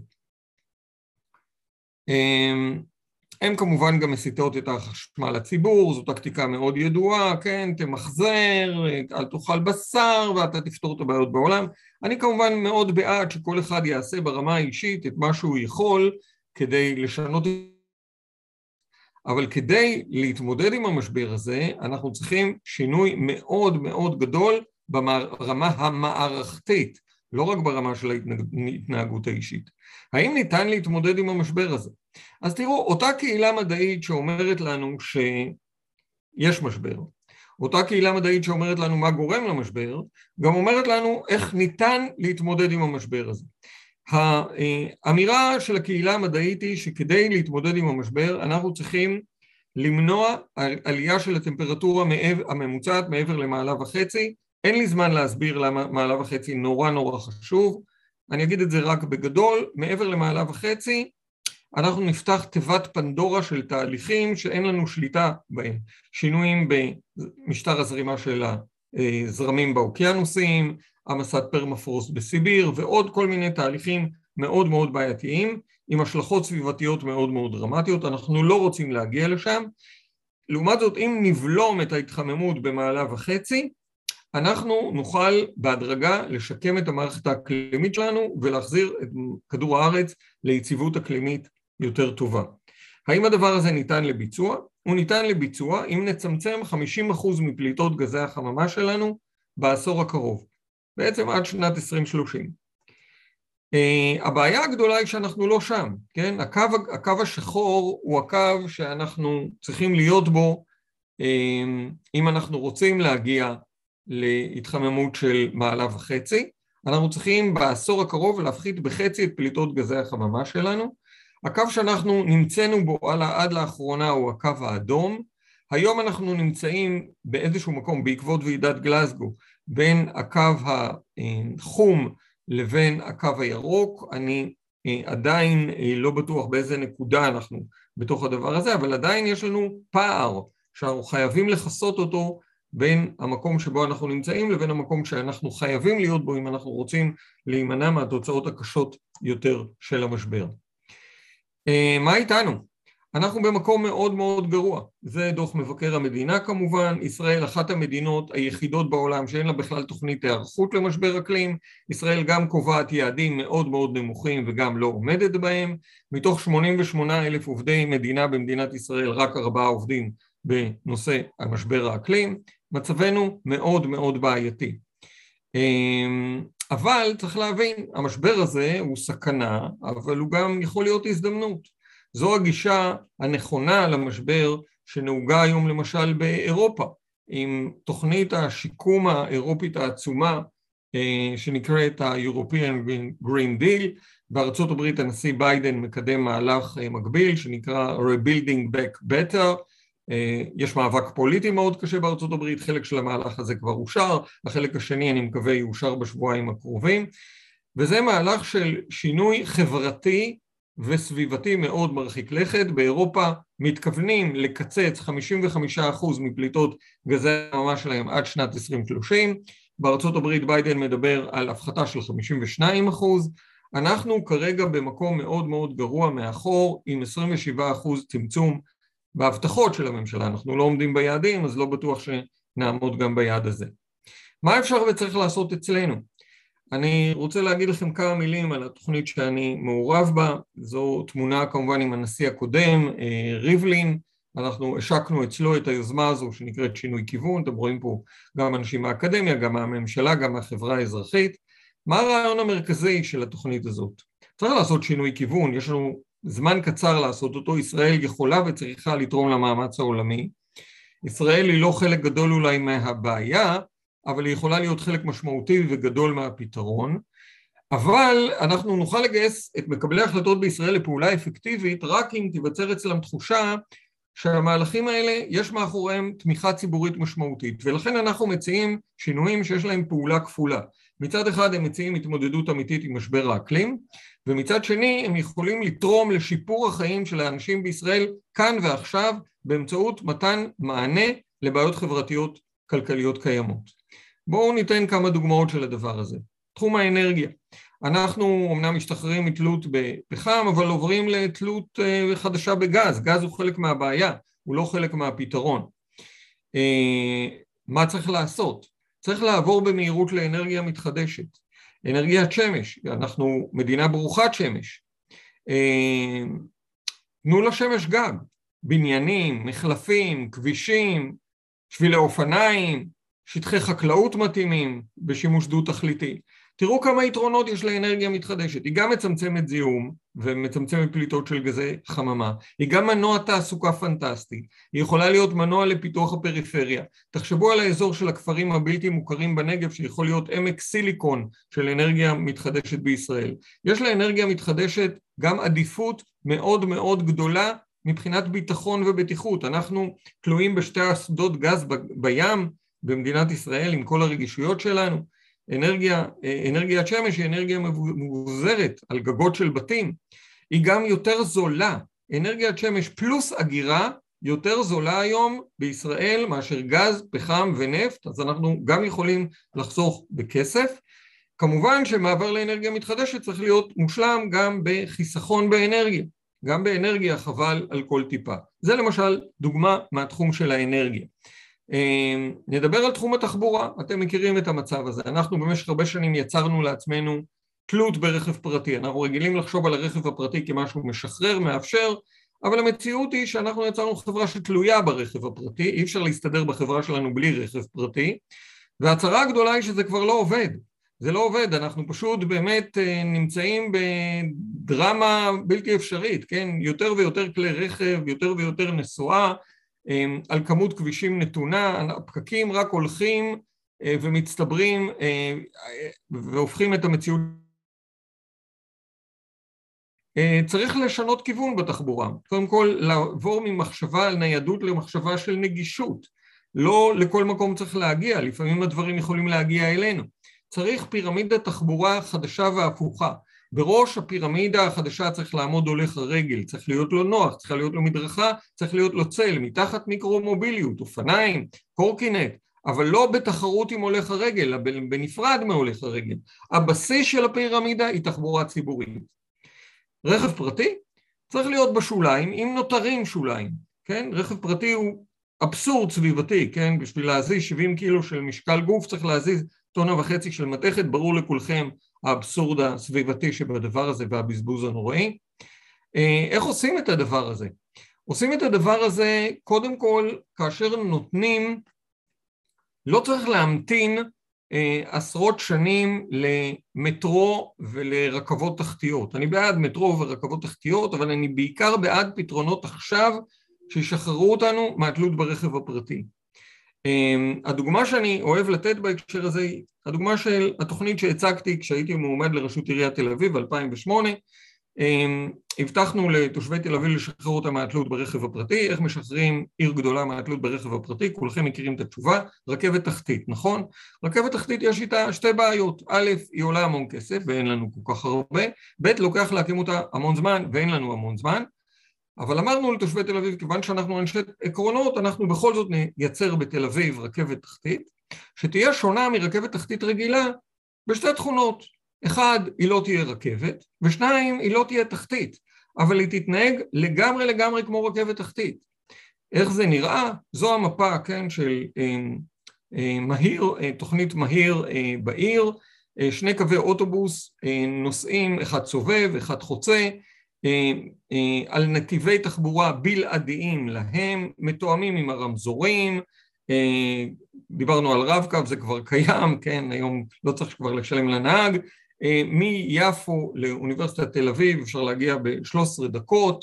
הם כמובן גם מסיטות את החשמל לציבור, זו טקטיקה מאוד ידועה, כן, תמחזר, אל תאכל בשר ואתה תפתור את הבעיות בעולם. אני כמובן מאוד בעד שכל אחד יעשה ברמה האישית את מה שהוא יכול כדי לשנות, אבל כדי להתמודד עם המשבר הזה, אנחנו צריכים שינוי מאוד מאוד גדול ברמה המערכתית, לא רק ברמה של ההתנהגות האישית. האם ניתן להתמודד עם המשבר הזה? אז תראו, אותה קהילה מדעית שאומרת לנו שיש משבר, אותה קהילה מדעית שאומרת לנו מה גורם למשבר, גם אומרת לנו איך ניתן להתמודד עם המשבר הזה. האמירה של הקהילה המדעית היא שכדי להתמודד עם המשבר, אנחנו צריכים למנוע עלייה של הטמפרטורה הממוצעת מעבר למעלה וחצי. אין לי זמן להסביר למה מעלה וחצי נורא נורא חשוב, אני אגיד את זה רק בגדול. מעבר למעלה וחצי, אנחנו נפתח תיבת פנדורה של תהליכים שאין לנו שליטה בהם. שינויים במשטר הזרימה של הזרמים באוקיינוסים, המסת פרמפרוסט בסיביר, ועוד כל מיני תהליכים מאוד מאוד בעייתיים, עם השלכות סביבתיות מאוד מאוד דרמטיות. אנחנו לא רוצים להגיע לשם. לעומת זאת, אם נבלום את ההתחממות במעלה וחצי, אנחנו נוכל בהדרגה לשקם את המערכת האקלימית שלנו ולהחזיר את כדור הארץ ליציבות אקלימית יותר טובה. האם הדבר הזה ניתן לביצוע? הוא ניתן לביצוע אם נצמצם חמישים אחוז מפליטות גזי החממה שלנו בעשור הקרוב, בעצם עד שנת עשרים שלושים. Uh, הבעיה הגדולה היא שאנחנו לא שם, כן? הקו, הקו השחור הוא הקו שאנחנו צריכים להיות בו uh, אם אנחנו רוצים להגיע להתחממות של מעלה וחצי. אנחנו צריכים בעשור הקרוב להפחית בחצי את פליטות גזי החממה שלנו. הקו שאנחנו נמצאנו בו עד לאחרונה הוא הקו האדום. היום אנחנו נמצאים באיזשהו מקום בעקבות ועידת גלזגו בין הקו החום לבין הקו הירוק. אני עדיין לא בטוח באיזה נקודה אנחנו בתוך הדבר הזה, אבל עדיין יש לנו פער שאנחנו חייבים לחסות אותו בין המקום שבו אנחנו נמצאים לבין המקום שאנחנו חייבים להיות בו אם אנחנו רוצים להימנע מהתוצאות הקשות יותר של המשבר. מה איתנו? אנחנו במקום מאוד מאוד גרוע. זה דוח מבקר המדינה כמובן. ישראל אחת המדינות היחידות בעולם שאין לה בכלל תוכנית היערכות למשבר אקלים. ישראל גם קובעת יעדים מאוד מאוד נמוכים וגם לא עומדת בהם. מתוך שמונים ושמונה אלף עובדי מדינה במדינת ישראל רק ארבעה עובדים בנושא המשבר האקלים. מצבנו מאוד מאוד בעייתי. אבל צריך להבין, המשבר הזה הוא סכנה, אבל הוא גם יכול להיות הזדמנות. זו הגישה הנכונה למשבר שנהוגה היום למשל באירופה, עם תוכנית השיקום האירופית העצומה שנקראת ה-European Green Deal. בארצות הברית הנשיא ביידן מקדם מהלך מקביל שנקרא Rebuilding Back Better. יש מאבק פוליטי מאוד קשה בארצות הברית, חלק של המהלך הזה כבר אושר, החלק השני אני מקווה יאושר בשבועיים הקרובים, וזה מהלך של שינוי חברתי וסביבתי מאוד מרחיק לכת. באירופה מתכוונים לקצץ חמישים וחמישה אחוז מפליטות גזי החממה שלהם עד שנת עשרים שלושים, בארצות הברית ביידן מדבר על הפחתה של חמישים ושניים אחוז, אנחנו כרגע במקום מאוד מאוד גרוע מאחור עם עשרים ושבעה אחוז צמצום בהבטחות של הממשלה. אנחנו לא עומדים ביעדים, אז לא בטוח שנעמוד גם ביעד הזה. מה אפשר וצריך לעשות אצלנו? אני רוצה להגיד לכם כמה מילים על התוכנית שאני מעורב בה. זו תמונה כמובן עם הנשיא הקודם, ריבלין. אנחנו השקנו אצלו את היוזמה הזו שנקראת שינוי כיוון. אתם רואים פה גם אנשים מהאקדמיה, גם מהממשלה, גם מהחברה האזרחית. מה הרעיון המרכזי של התוכנית הזאת? צריך לעשות שינוי כיוון, יש לנו זמן קצר לעשות אותו. ישראל יכולה וצריכה לתרום למאמץ העולמי. ישראל היא לא חלק גדול אולי מהבעיה, אבל היא יכולה להיות חלק משמעותי וגדול מהפתרון. אבל אנחנו נוכל לגייס את מקבלי ההחלטות בישראל לפעולה אפקטיבית רק אם תיווצר אצלם תחושה שהמהלכים האלה יש מאחוריהם תמיכה ציבורית משמעותית, ולכן אנחנו מציעים שינויים שיש להם פעולה כפולה. מצד אחד הם מציעים התמודדות אמיתית עם משבר האקלים, ומצד שני הם יכולים לתרום לשיפור החיים של האנשים בישראל כאן ועכשיו באמצעות מתן מענה לבעיות חברתיות כלכליות קיימות. בואו ניתן כמה דוגמאות של הדבר הזה. תחום האנרגיה. אנחנו אומנם משתחררים מתלות בפחם, אבל עוברים לתלות חדשה בגז. גז הוא חלק מהבעיה, הוא לא חלק מהפתרון. מה צריך לעשות? צריך לעבור במהירות לאנרגיה מתחדשת. אנרגיית שמש, אנחנו מדינה ברוכת שמש. תנו לשמש גב, בניינים, מחלפים, כבישים, שבילי אופניים, שטחי חקלאות מתאימים בשימוש דו תכליתי. תראו כמה יתרונות יש לאנרגיה מתחדשת. היא גם מצמצמת זיהום ומצמצמת פליטות של גזי חממה. היא גם מנוע תעסוקה פנטסטי. היא יכולה להיות מנוע לפיתוח הפריפריה. תחשבו על האזור של הכפרים הבלתי מוכרים בנגב שיכול להיות עמק סיליקון של אנרגיה מתחדשת בישראל. יש לאנרגיה מתחדשת גם עדיפות מאוד מאוד גדולה מבחינת ביטחון ובטיחות. אנחנו תלויים בשתי אסדות גז בים במדינת ישראל עם כל הרגישויות שלנו. אנרגיה, אנרגיית שמש היא אנרגיה מבוזרת על גגות של בתים. היא גם יותר זולה. אנרגיית שמש פלוס אגירה יותר זולה היום בישראל מאשר גז, פחם ונפט, אז אנחנו גם יכולים לחסוך בכסף. כמובן שמעבר לאנרגיה מתחדשת צריך להיות מושלם גם בחיסכון באנרגיה. גם באנרגיה חבל על כל טיפה. זה למשל דוגמה מהתחום של האנרגיה. נדבר על תחום התחבורה, אתם מכירים את המצב הזה, אנחנו במשך הרבה שנים יצרנו לעצמנו תלות ברכב פרטי, אנחנו רגילים לחשוב על הרכב הפרטי כמשהו משחרר, מאפשר, אבל המציאות היא שאנחנו יצרנו חברה שתלויה ברכב הפרטי, אי אפשר להסתדר בחברה שלנו בלי רכב פרטי, והצרה הגדולה היא שזה כבר לא עובד, זה לא עובד, אנחנו פשוט באמת נמצאים בדרמה בלתי אפשרית, כן? יותר ויותר כלי רכב, יותר ויותר נסועה, על כמות כבישים נתונה, הפקקים רק הולכים ומצטברים והופכים את המציאות. צריך לשנות כיוון בתחבורה, קודם כל לעבור ממחשבה על ניידות למחשבה של נגישות, לא לכל מקום צריך להגיע, לפעמים הדברים יכולים להגיע אלינו, צריך פירמידת תחבורה חדשה והפוכה, בראש הפירמידה החדשה צריך לעמוד הולך הרגל, צריך להיות לו נוח, צריך להיות לו מדרכה, צריך להיות לו צל, מתחת מיקרו-מוביליות, אופניים, קורקינט, אבל לא בתחרות עם הולך הרגל, בנפרד מהולך הרגל. הבסיס של הפירמידה היא תחבורה ציבורית. רכב פרטי צריך להיות בשוליים, אם נותרים שוליים, כן? רכב פרטי הוא אבסורד סביבתי, כן? בשביל להזיז שבעים קילו של משקל גוף צריך להזיז טונה וחצי של מתכת, ברור לכולכם האבסורד הסביבתי שבדבר הזה והבזבוז הנוראי. איך עושים את הדבר הזה? עושים את הדבר הזה קודם כל כאשר נותנים, לא צריך להמתין עשרות שנים למטרו ולרכבות תחתיות. אני בעד מטרו ורכבות תחתיות, אבל אני בעיקר בעד פתרונות עכשיו שישחררו אותנו מהתלות ברכב הפרטי. הדוגמה שאני אוהב לתת בהקשר הזה היא הדוגמה של התוכנית שהצגתי כשהייתי מועמד לראשות עיריית תל אביב ב-אלפיים ושמונה. הבטחנו לתושבי תל אביב לשחרר אותה מהתלות ברכב הפרטי. איך משחררים עיר גדולה מהתלות ברכב הפרטי? כולכם מכירים את התשובה, רכבת תחתית, נכון? רכבת תחתית יש איתה שתי בעיות, א', היא עולה המון כסף ואין לנו כל כך הרבה, ב', לוקח להקים אותה המון זמן ואין לנו המון זמן, אבל אמרנו לתושבי תל אביב, כיוון שאנחנו אנשי עקרונות, אנחנו בכל זאת נייצר בתל אביב רכבת תחתית, שתהיה שונה מרכבת תחתית רגילה בשתי תכונות. אחד, היא לא תהיה רכבת, ושניים, היא לא תהיה תחתית, אבל היא תתנהג לגמרי לגמרי כמו רכבת תחתית. איך זה נראה? זו המפה, כן, של אה, אה, מהיר, אה, תוכנית מהיר אה, בעיר, אה, שני קווי אוטובוס, אה, נוסעים, אחד סובב, אחד חוצה, על נתיבי תחבורה בלעדיים להם, מתואמים עם הרמזורים, דיברנו על רב-קו, זה כבר קיים, כן, היום לא צריך כבר לשלם לנהג, מיפו לאוניברסיטת תל אביב אפשר להגיע ב-שלוש עשרה דקות,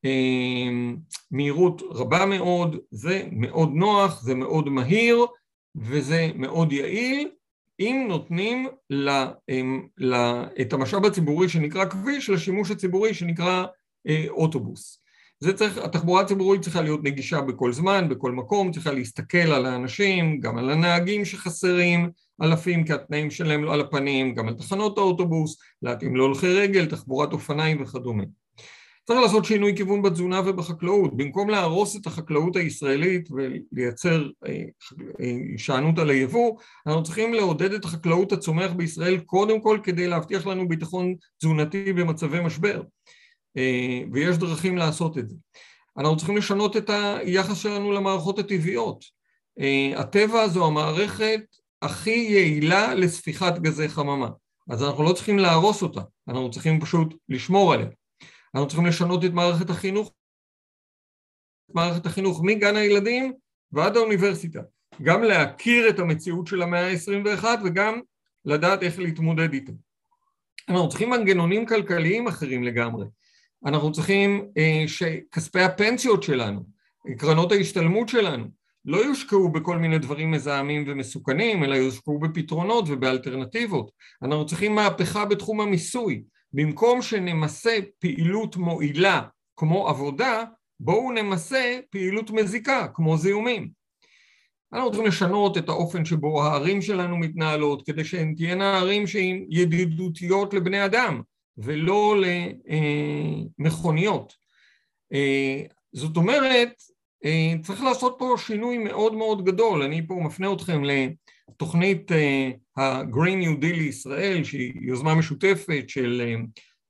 מהירות רבה מאוד, זה מאוד נוח, זה מאוד מהיר, וזה מאוד יעיל, אם נותנים לה, לה, את המשאב הציבורי שנקרא כביש לשימוש הציבורי שנקרא אה, אוטובוס. זה צריך, התחבורה הציבורית צריכה להיות נגישה בכל זמן, בכל מקום, צריכה להסתכל על האנשים, גם על הנהגים שחסרים, אלפים כי התנאים שלהם לא על הפנים, גם על תחנות האוטובוס, להתאים להולכי רגל, תחבורת אופניים וכדומה. צריך לעשות שינוי כיוון בתזונה ובחקלאות, במקום להרוס את החקלאות הישראלית ולייצר שענות על היבוא, אנחנו צריכים לעודד את החקלאות הצומח בישראל קודם כל כדי להבטיח לנו ביטחון תזונתי במצבי משבר, ויש דרכים לעשות את זה. אנחנו צריכים לשנות את היחס שלנו למערכות הטבעיות. הטבע זו המערכת הכי יעילה לספיחת גזי חממה, אז אנחנו לא צריכים להרוס אותה, אנחנו צריכים פשוט לשמור עליה. אנחנו צריכים לשנות את מערכת החינוך, מערכת החינוך מגן הילדים ועד האוניברסיטה, גם להכיר את המציאות של המאה ה-עשרים ואחת וגם לדעת איך להתמודד איתה. אנחנו צריכים מנגנונים כלכליים אחרים לגמרי, אנחנו צריכים אה, שכספי הפנסיות שלנו, קרנות ההשתלמות שלנו, לא יושקעו בכל מיני דברים מזהמים ומסוכנים, אלא יושקעו בפתרונות ובאלטרנטיבות. אנחנו צריכים מהפכה בתחום המיסוי, במקום שנמסה פעילות מועילה כמו עבודה, בואו נמסה פעילות מזיקה כמו זיהומים. אנחנו צריכים לשנות את האופן שבו הערים שלנו מתנהלות, כדי שהן תהיינה ערים שהן ידידותיות לבני אדם, ולא למכוניות. זאת אומרת, צריך לעשות פה שינוי מאוד מאוד גדול. אני פה מפנה אתכם לתוכנית ה-Green New Deal לישראל, שהיא יוזמה משותפת של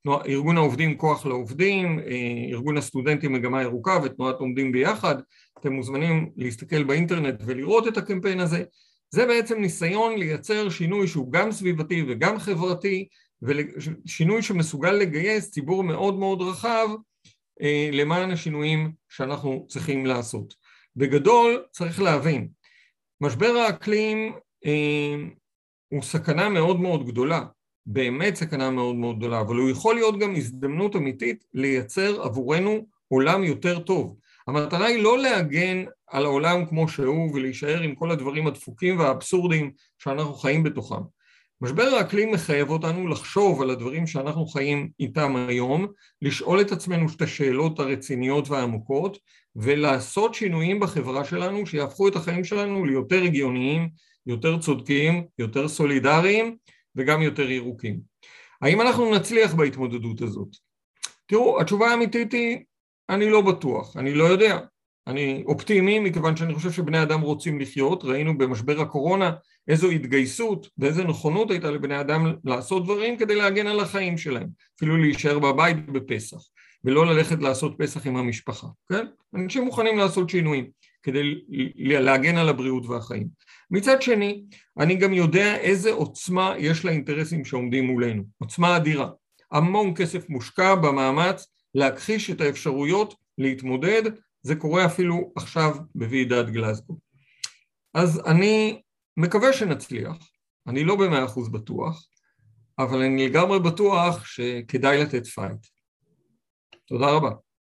ארגון העובדים כוח לעובדים, ארגון הסטודנטים מגמה ירוקה ותנועת עומדים ביחד, אתם מוזמנים להסתכל באינטרנט ולראות את הקמפיין הזה. זה בעצם ניסיון לייצר שינוי שהוא גם סביבתי וגם חברתי, ושינוי שמסוגל לגייס ציבור מאוד מאוד רחב למען השינויים שאנחנו צריכים לעשות. בגדול צריך להבין, משבר האקלים הוא סכנה מאוד מאוד גדולה, באמת סכנה מאוד מאוד גדולה, אבל הוא יכול להיות גם הזדמנות אמיתית לייצר עבורנו עולם יותר טוב. המטרה היא לא להגן על העולם כמו שהוא ולהישאר עם כל הדברים הדפוקים והאבסורדים שאנחנו חיים בתוכם. משבר האקלים מחייב אותנו לחשוב על הדברים שאנחנו חיים איתם היום, לשאול את עצמנו את השאלות הרציניות והעמוקות, ולעשות שינויים בחברה שלנו שיהפכו את החיים שלנו ליותר הגיוניים, יותר צודקים, יותר סולידריים וגם יותר ירוקים. האם אנחנו נצליח בהתמודדות הזאת? תראו, התשובה האמיתית היא, אני לא בטוח, אני לא יודע. אני אופטימי מכיוון שאני חושב שבני אדם רוצים לחיות, ראינו במשבר הקורונה איזו התגייסות ואיזו נכונות הייתה לבני אדם לעשות דברים כדי להגן על החיים שלהם, אפילו להישאר בבית בפסח, ולא ללכת לעשות פסח עם המשפחה, כן? אנשים מוכנים לעשות שינויים כדי להגן על הבריאות והחיים. מצד שני, אני גם יודע איזה עוצמה יש לאינטרסים שעומדים מולנו, עוצמה אדירה. המון כסף מושקע במאמץ להכחיש את האפשרויות להתמודד, זה קורה אפילו עכשיו בוועידת גלזגו. אז אני מקווה שנצליח, אני לא במאה אחוז בטוח, אבל אני לגמרי בטוח שכדאי לתת פייט. תודה רבה.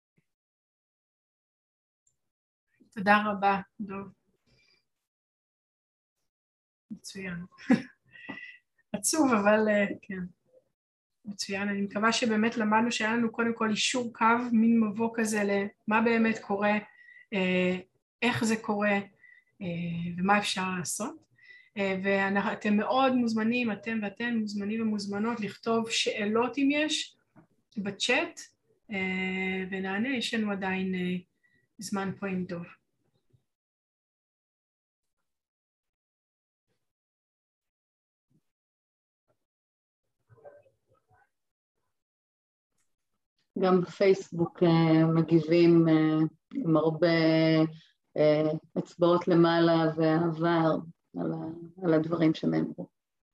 תודה רבה, דוב. מצוין. עצוב, אבל כן. מצוין. אני מקווה שבאמת למדנו שהיה לנו קודם כל אישור קו, מין מבוא כזה למה באמת קורה, איך זה קורה ומה אפשר לעשות. ואתם מאוד מוזמנים, אתם ואתן מוזמנים ומוזמנות לכתוב שאלות אם יש בצ'אט, ונענה, יש לנו עדיין זמן פה עם דוב. גם בפייסבוק מגיבים עם הרבה אצבעות למעלה ואהבה על הדברים שנאמרו.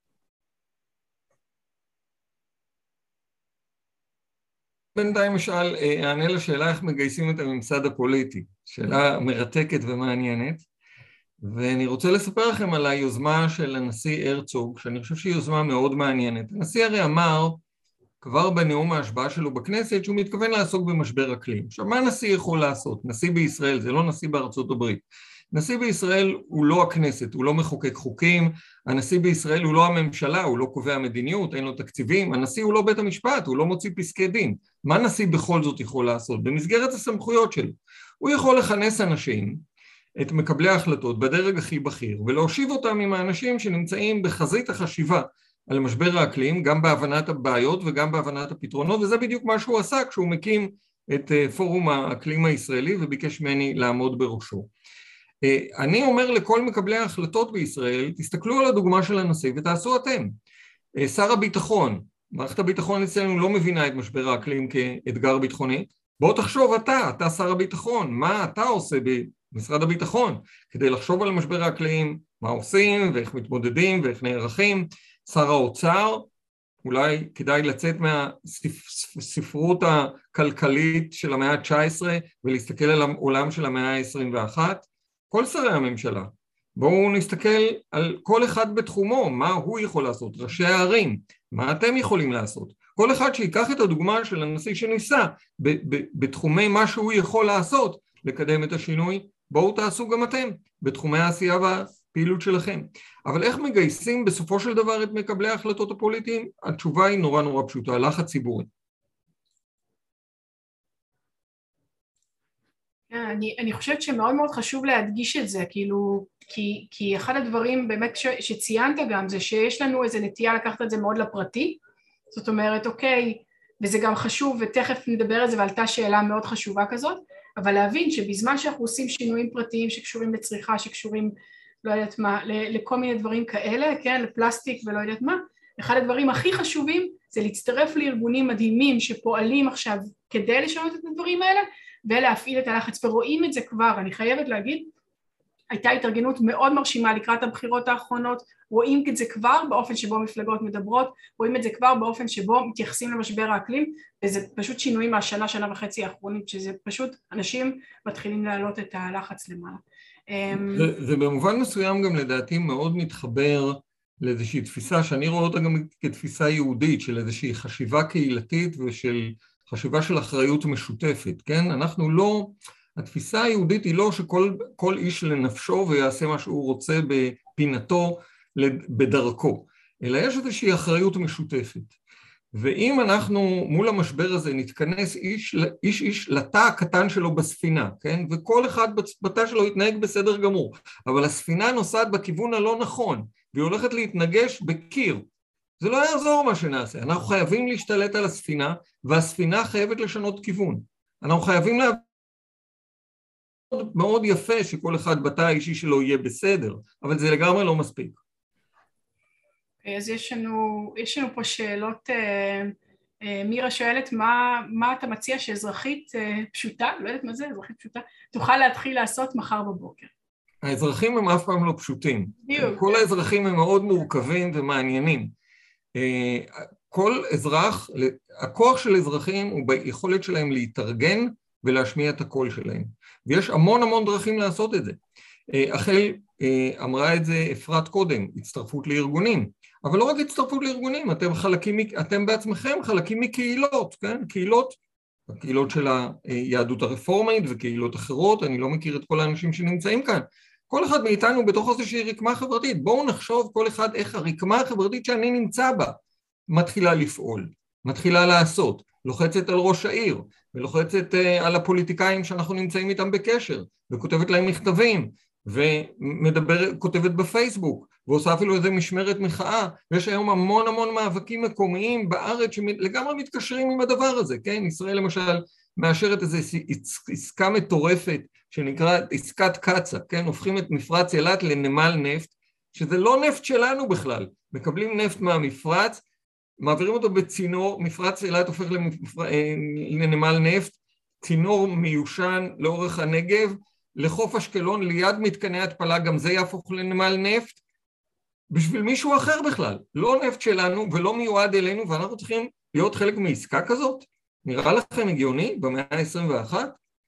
בינתיים אשאל, אענה לשאלה איך מגייסים את הממסד הפוליטי, שאלה מרתקת ומעניינת, ואני רוצה לספר לכם על היוזמה של הנשיא הרצוג, שאני חושב שהיא יוזמה מאוד מעניינת. הנשיא הרי אמר, כבר בנאום ההשבעה שלו בכנסת, שהוא מתכוון לעסוק במשבר אקלים. עכשיו, מה נשיא יכול לעשות? נשיא בישראל, זה לא נשיא בארצות הברית. נשיא בישראל הוא לא הכנסת, הוא לא מחוקק חוקים, הנשיא בישראל הוא לא הממשלה, הוא לא קובע מדיניות, אין לו תקציבים, הנשיא הוא לא בית המשפט, הוא לא מוציא פסקי דין. מה נשיא בכל זאת יכול לעשות? במסגרת הסמכויות שלו. הוא יכול לכנס אנשים, את מקבלי ההחלטות בדרג הכי בכיר, ולהושיב אותם עם האנשים שנמצאים בחזית החשיבה, על משבר האקלים, גם בהבנת הבעיות וגם בהבנת הפתרונות, וזה בדיוק מה שהוא עשה כשהוא מקים את פורום האקלים הישראלי וביקש ממני לעמוד בראשו. אני אומר לכל מקבלי ההחלטות בישראל, תסתכלו על הדוגמה של הנשיא ותעשו אתם. שר הביטחון, מערכת הביטחון אצלנו לא מבינה את משבר האקלים כאתגר ביטחוני, בוא תחשוב אתה, אתה שר הביטחון, מה אתה עושה במשרד הביטחון, כדי לחשוב על משבר האקלים, מה עושים ואיך מתמודדים ואיך נערכים. שר האוצר, אולי כדאי לצאת מהספרות הכלכלית של המאה ה-תשע עשרה ולהסתכל על העולם של המאה ה-עשרים ואחת. כל שרי הממשלה, בואו נסתכל על כל אחד בתחומו, מה הוא יכול לעשות, ראשי הערים, מה אתם יכולים לעשות. כל אחד שיקח את הדוגמה של הנשיא שניסה בתחומי מה שהוא יכול לעשות לקדם את השינוי, בואו תעשו גם אתם בתחומי העשייה והפעילות שלכם. אבל איך מגייסים בסופו של דבר את מקבלי ההחלטות הפוליטיים? התשובה היא נורא נורא פשוטה, לחץ ציבורי. אני, אני חושבת שמאוד מאוד חשוב להדגיש את זה, כאילו, כי, כי אחד הדברים באמת ש, שציינת גם זה שיש לנו איזה נטייה לקחת את זה מאוד לפרטי, זאת אומרת, אוקיי, וזה גם חשוב, ותכף נדבר על זה, ועלתה שאלה מאוד חשובה כזאת, אבל להבין שבזמן שאנחנו עושים שינויים פרטיים שקשורים לצריכה, שקשורים, לא יודעת מה, לכל מיני דברים כאלה, כן, לפלסטיק ולא יודעת מה, אחד הדברים הכי חשובים זה להצטרף לארגונים מדהימים שפועלים עכשיו כדי לשנות את הדברים האלה, ולהפעיל את הלחץ, ורואים את זה כבר, אני חייבת להגיד, הייתה התארגנות מאוד מרשימה לקראת הבחירות האחרונות, רואים את זה כבר באופן שבו מפלגות מדברות, רואים את זה כבר באופן שבו מתייחסים למשבר האקלים, וזה פשוט שינויים מהשנה, שנה וחצי האחרונים, שזה פשוט אנשים מתחילים להעלות את הלחץ למעלה. זה במובן מסוים גם לדעתי מאוד מתחבר לאיזושהי תפיסה, שאני רואה אותה גם כתפיסה יהודית, של איזושהי חשיבה קהילתית ושל חשיבה של אחריות משותפת, כן? אנחנו לא... התפיסה היהודית היא לא שכל כל איש לנפשו ויעשה מה שהוא רוצה בפינתו, בדרכו, אלא יש איזושהי אחריות משותפת. ואם אנחנו מול המשבר הזה נתכנס איש איש, איש לתא הקטן שלו בספינה, כן? וכל אחד בתא שלו יתנהג בסדר גמור, אבל הספינה נוסעת בכיוון הלא נכון, והיא הולכת להתנגש בקיר. זה לא יעזור מה שנעשה, אנחנו חייבים להשתלט על הספינה, והספינה חייבת לשנות כיוון. אנחנו חייבים להבין מאוד יפה שכל אחד בתא האישי שלו יהיה בסדר, אבל זה לגמרי לא מספיק. אז יש לנו, יש לנו פה שאלות, מירה שואלת, מה, מה אתה מציע שאזרחית פשוטה, לא יודעת מה זה, אזרחית פשוטה, תוכל להתחיל לעשות מחר בבוקר? האזרחים הם אף פעם לא פשוטים. כל האזרחים הם מאוד מורכבים ומעניינים. כל אזרח, הכוח של אזרחים הוא ביכולת שלהם להתארגן ולהשמיע את הקול שלהם. ויש המון המון דרכים לעשות את זה. החל אמרה את זה אפרת קודם, הצטרפות לארגונים. אבל לא רק הצטרפות לארגונים, אתם חלקים, אתם בעצמכם חלקים מקהילות, כן? קהילות, הקהילות של היהדות הרפורמית וקהילות אחרות, אני לא מכיר את כל האנשים שנמצאים כאן. כל אחד מאיתנו בתוך איזושהי רקמה חברתית. בואו נחשוב כל אחד איך הרקמה החברתית שאני נמצא בה מתחילה לפעול, מתחילה לעשות, לוחצת על ראש העיר, ולוחצת על הפוליטיקאים שאנחנו נמצאים איתם בקשר, וכותבת להם מכתבים, וכותבת בפייסבוק, ועושה אפילו איזה משמרת מחאה, ויש היום המון המון מאבקים מקומיים בארץ שלגמרי מתקשרים עם הדבר הזה, כן? ישראל למשל מאשרת איזו עסקה מטורפת, שנקראת עסקת קצה, כן? הופכים את מפרץ אילת לנמל נפט, שזה לא נפט שלנו בכלל, מקבלים נפט מהמפרץ, מעבירים אותו בצינור, מפרץ אילת הופך למפר... לנמל נפט, צינור מיושן לאורך הנגב, לחוף אשקלון ליד מתקני התפלה, גם זה יהפוך לנמל נפט, בשביל מישהו אחר בכלל, לא נפט שלנו ולא מיועד אלינו, ואנחנו צריכים להיות חלק מעסקה כזאת? נראה לכם הגיוני במאה ה-עשרים ואחת?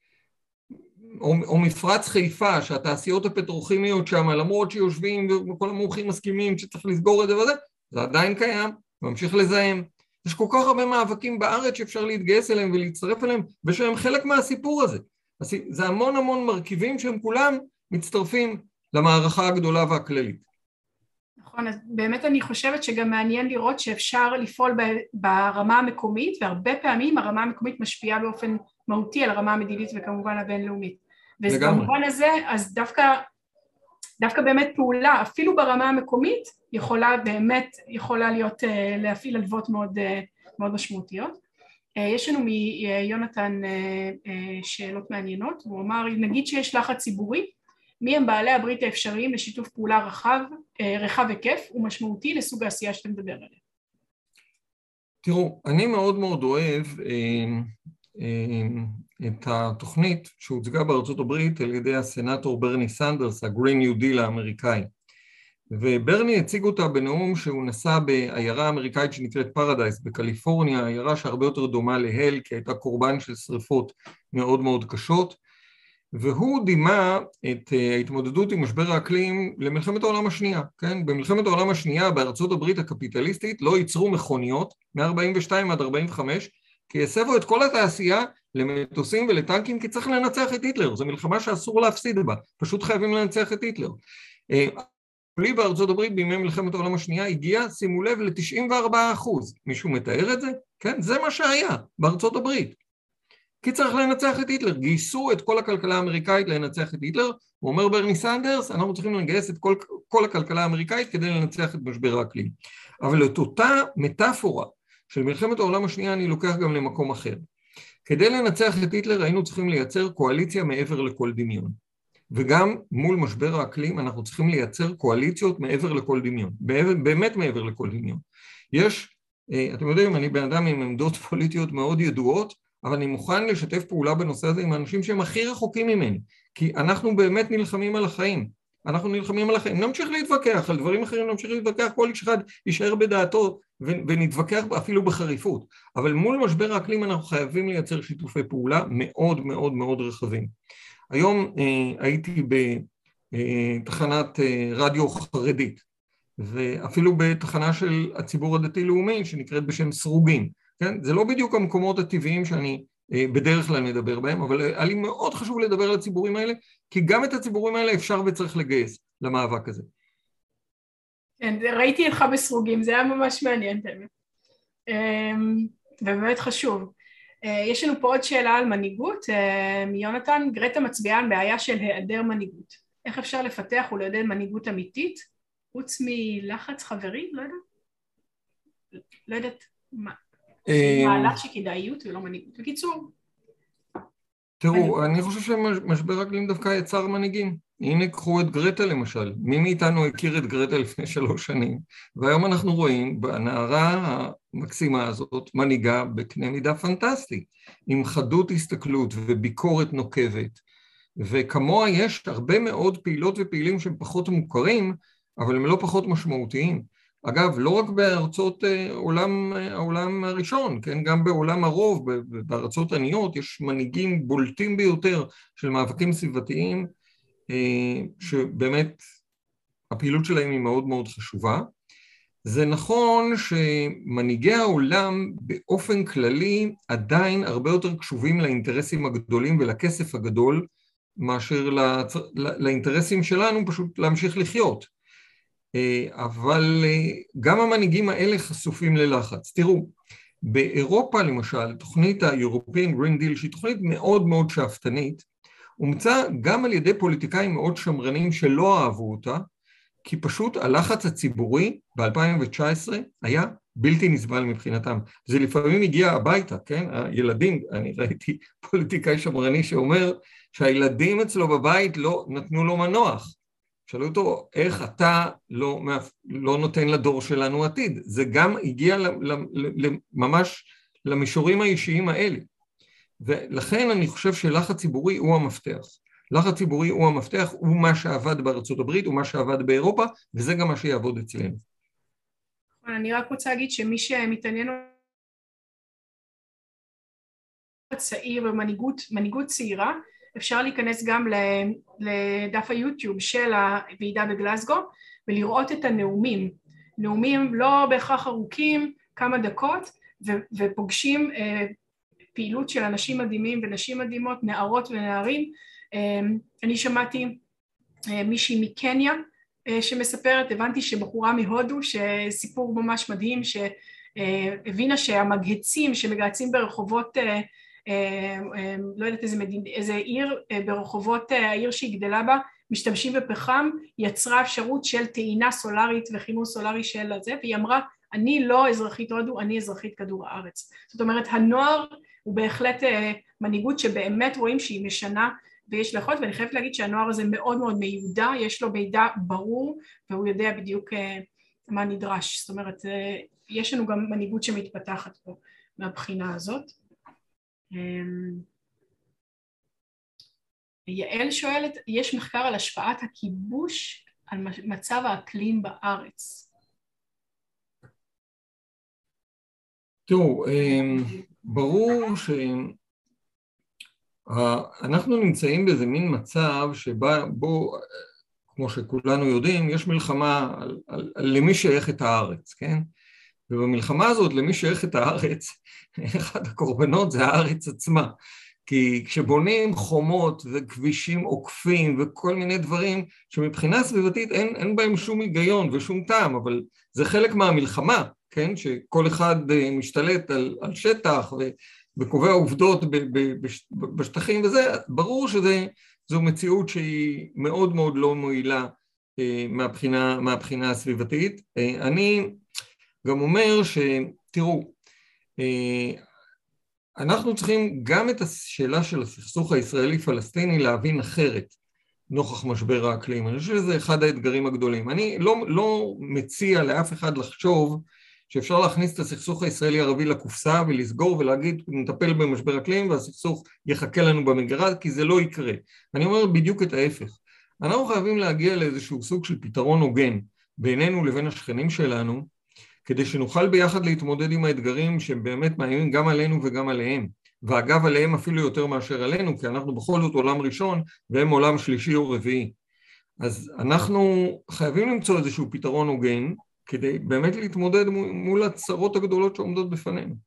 או, או מפרץ חיפה, שהתעשיות הפטרוכימיות שם, למרות שיושבים וכל המומחים מסכימים שצריך לסגור את זה וזה, זה עדיין קיים, ממשיך לזהם. יש כל כך הרבה מאבקים בארץ שאפשר להתגייס אליהם ולהצטרף אליהם, ושהם חלק מהסיפור הזה. זה המון המון מרכיבים שהם כולם מצטרפים למערכה הגדולה והכללית. נכון, אז באמת אני חושבת שגם מעניין לראות שאפשר לפעול ברמה המקומית, והרבה פעמים הרמה המקומית משפיעה באופן מהותי על הרמה המדינית וכמובן הבינלאומית. ובמובן הזה, אז דווקא, דווקא באמת פעולה, אפילו ברמה המקומית, יכולה באמת, יכולה להיות, להפעיל הלוות מאוד, מאוד משמעותיות. יש לנו מיונתן שאלות מעניינות, הוא אמר, נגיד שיש לחץ ציבורי, מי הם בעלי הברית האפשריים לשיתוף פעולה רחב, רחב היקף ומשמעותי לסוג העשייה שאתה מדבר עליה? תראו, אני מאוד מאוד אוהב אה, אה, את התוכנית שהוצגה בארצות הברית על ידי הסנאטור ברני סנדרס, ה-Green New Deal האמריקאי. וברני הציג אותה בנאום שהוא נסע בעיירה האמריקאית שנקראת פרדייס בקליפורניה, עיירה שהרבה יותר דומה להל, כי הייתה קורבן של שריפות מאוד מאוד קשות, והוא דימה את ההתמודדות עם משבר האקלים למלחמת העולם השנייה, כן? במלחמת העולם השנייה בארצות הברית הקפיטליסטית לא ייצרו מכוניות מ-ארבעים ושתיים עד ארבעים וחמש, כי הסבו את כל התעשייה למטוסים ולטנקים, כי צריך לנצח את היטלר, זו מלחמה שאסור להפסיד בה, פשוט חייבים לנצח את היטלר. לי בארצות הברית בימי מלחמת העולם השנייה הגיע, שימו לב, ל-תשעים וארבעה אחוז. מישהו מתאר את זה? כן, זה מה שהיה בארצות הברית. כי צריך לנצח את היטלר, גייסו את כל הכלכלה האמריקאית לנצח את היטלר, הוא אומר ברני סנדרס, אנחנו צריכים לגייס את כל, כל הכלכלה האמריקאית כדי לנצח את משבר האקלים. אבל את אותה מטאפורה של מלחמת העולם השנייה אני לוקח גם למקום אחר. כדי לנצח את היטלר היינו צריכים לייצר קואליציה מעבר לכל דמיון. וגם מול משבר האקלים אנחנו צריכים לייצר קואליציות מעבר לכל דמיון, באמת מעבר לכל דמיון. יש אתם יודעים, אני בן אדם עם עמדות פוליטיות מאוד ידועות, אבל אני מוכן לשתף פעולה בנושא הזה עם האנשים שהם הכי רחוקים ממני, כי אנחנו באמת נלחמים על החיים. אנחנו נלחמים על החיים. נמשיך להתווכח על דברים אחרים, נמשיך להתווכח, כל איש אחד יישאר בדעתו, ונתווכח אפילו בחריפות. אבל מול משבר האקלים אנחנו חייבים לייצר שיתופי פעולה מאוד מאוד מאוד רחבים. היום אה, הייתי בתחנת אה, רדיו חרדית, ואפילו בתחנה של הציבור הדתי-לאומי שנקראת בשם סרוגים. כן? זה לא בדיוק המקומות הטבעיים שאני אה, בדרך כלל מדבר בהם, אבל היה לי מאוד חשוב לדבר על הציבורים האלה, כי גם את הציבורים האלה אפשר וצריך לגייס למאבק הזה. כן, ראיתי אותך בסרוגים, זה היה ממש מעניין, באמת. ובאמת חשוב. יש לנו פה עוד שאלה על מנהיגות, מיונתן, גרטה מצביעה על בעיה של היעדר מנהיגות. איך אפשר לפתח ולעודד מנהיגות אמיתית, חוץ מלחץ חברי? לא יודעת. לא יודעת מה. מהלך שכדאיות ולא מנהיגות. בקיצור. תראו, אני חושב שמשבר האקלים דווקא יצר מנהיגים. הנה, קחו את גרטה למשל. מי מאיתנו הכיר את גרטה לפני שלוש שנים, והיום אנחנו רואים בנערה המקסימה הזאת מנהיגה בקנה מידה פנטסטי, עם חדות הסתכלות וביקורת נוקבת, וכמוה יש הרבה מאוד פעילות ופעילים שהם פחות מוכרים, אבל הם לא פחות משמעותיים. אגב, לא רק בארצות עולם, העולם הראשון, כן? גם בעולם הרוב, בארצות עניות, יש מנהיגים בולטים ביותר של מאבקים סביבתיים, שבאמת הפעילות שלהם היא מאוד מאוד חשובה. זה נכון שמנהיגי העולם באופן כללי עדיין הרבה יותר קשובים לאינטרסים הגדולים ולכסף הגדול, מאשר לאינטרסים שלנו פשוט להמשיך לחיות. אבל גם המנהיגים האלה חשופים ללחץ. תראו, באירופה למשל, תוכנית ה-European Green Deal, שהיא תוכנית מאוד מאוד שאפתנית, הומצא גם על ידי פוליטיקאים מאוד שמרנים שלא אהבו אותה, כי פשוט הלחץ הציבורי ב-אלפיים תשע עשרה היה בלתי נסבל מבחינתם. זה לפעמים הגיע הביתה, כן? הילדים, אני ראיתי פוליטיקאי שמרני שאומר שהילדים אצלו בבית לא נתנו לו מנוח. שאלו אותו, איך אתה לא, לא נותן לדור שלנו עתיד? זה גם הגיע ממש למישורים האישיים האלה. ולכן אני חושב שלחץ ציבורי הוא המפתח. לחץ ציבורי הוא המפתח, הוא מה שעבד בארצות הברית, הוא מה שעבד באירופה, וזה גם מה שיעבוד אצלנו. אני רק רוצה להגיד שמי שמתעניין צעיר במנהיגות, מנהיגות צעירה, אפשר להיכנס גם לדף היוטיוב של הוועידה בגלסגו, ולראות את הנאומים. נאומים לא בהכרח ארוכים, כמה דקות, ופוגשים פעילות של אנשים מדהימים ונשים מדהימות, נערות ונערים. אני שמעתי מישהי מקניה שמספרת, הבנתי שבחורה מהודו, שסיפור ממש מדהים, שהבינה שהמגהצים שמגהצים ברחובות, לא יודעת איזה, מדין, איזה עיר, ברחובות העיר שהיא גדלה בה, משתמשים בפחם, יצרה אפשרות של טעינה סולרית וחימום סולרי של זה, והיא אמרה, אני לא אזרחית הודו, אני אזרחית כדור הארץ. זאת אומרת, הנוער הוא בהחלט מנהיגות שבאמת רואים שהיא משנה ויש לאחות, ואני חייבת להגיד שהנוער הזה מאוד מאוד מיודע, יש לו מידע ברור, והוא יודע בדיוק מה נדרש. זאת אומרת, יש לנו גם מנהיגות שמתפתחת פה מהבחינה הזאת. יעל שואלת, יש מחקר על השפעת הכיבוש על מצב האקלים בארץ? תראו, ברור שאנחנו נמצאים באיזה מין מצב שבו, כמו שכולנו יודעים, יש מלחמה על, על, על למי שייך את הארץ, כן? ובמלחמה הזאת, למי שייך את הארץ, אחד הקורבנות זה הארץ עצמה. כי כשבונים חומות וכבישים עוקפים וכל מיני דברים שמבחינה סביבתית אין, אין בהם שום היגיון ושום טעם, אבל זה חלק מהמלחמה, כן? שכל אחד משתלט על, על שטח וקובע עובדות ב, ב, בשטחים וזה, ברור שזו מציאות שהיא מאוד מאוד לא מועילה מהבחינה, מהבחינה הסביבתית. אני גם אומר שתראו, אנחנו צריכים גם את השאלה של הסכסוך הישראלי-פלסטיני להבין אחרת נוכח משבר האקלים. אני חושב שזה אחד האתגרים הגדולים. אני לא, לא מציע לאף אחד לחשוב שאפשר להכניס את הסכסוך הישראלי-ערבי לקופסה ולסגור ולהגיד, נטפל במשבר אקלים והסכסוך יחכה לנו במגרה, כי זה לא יקרה. אני אומר בדיוק את ההפך. אנחנו חייבים להגיע לאיזשהו סוג של פתרון הוגן בינינו לבין השכנים שלנו, כדי שנוכל ביחד להתמודד עם האתגרים שבאמת מאיימים גם עלינו וגם עליהם. ואגב עליהם אפילו יותר מאשר עלינו, כי אנחנו בכל זאת עולם ראשון והם עולם שלישי או רביעי. אז אנחנו חייבים למצוא איזשהו פתרון הוגן, כדי באמת להתמודד מול הצרות הגדולות שעומדות בפנינו.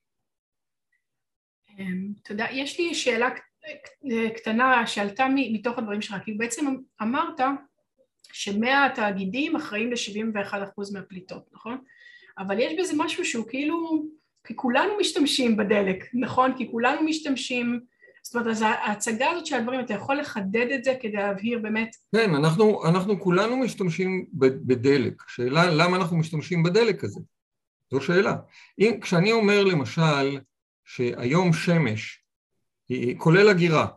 תודה. יש לי שאלה קטנה שעלתה מתוך הדברים שלך, כי בעצם אמרת שמאה התאגידים אחראים ל-שבעים ואחד אחוז מהפליטות, נכון? אבל יש בזה משהו שהוא כאילו, כי כולנו משתמשים בדלק, נכון? כי כולנו משתמשים, זאת אומרת, אז ההצגה הזאת של הדברים, אתה יכול לחדד את זה כדי להבהיר באמת? כן, אנחנו, אנחנו כולנו משתמשים בדלק. שאלה, למה אנחנו משתמשים בדלק הזה? זו שאלה. אם, כשאני אומר למשל, שהיום שמש, כולל הגירה,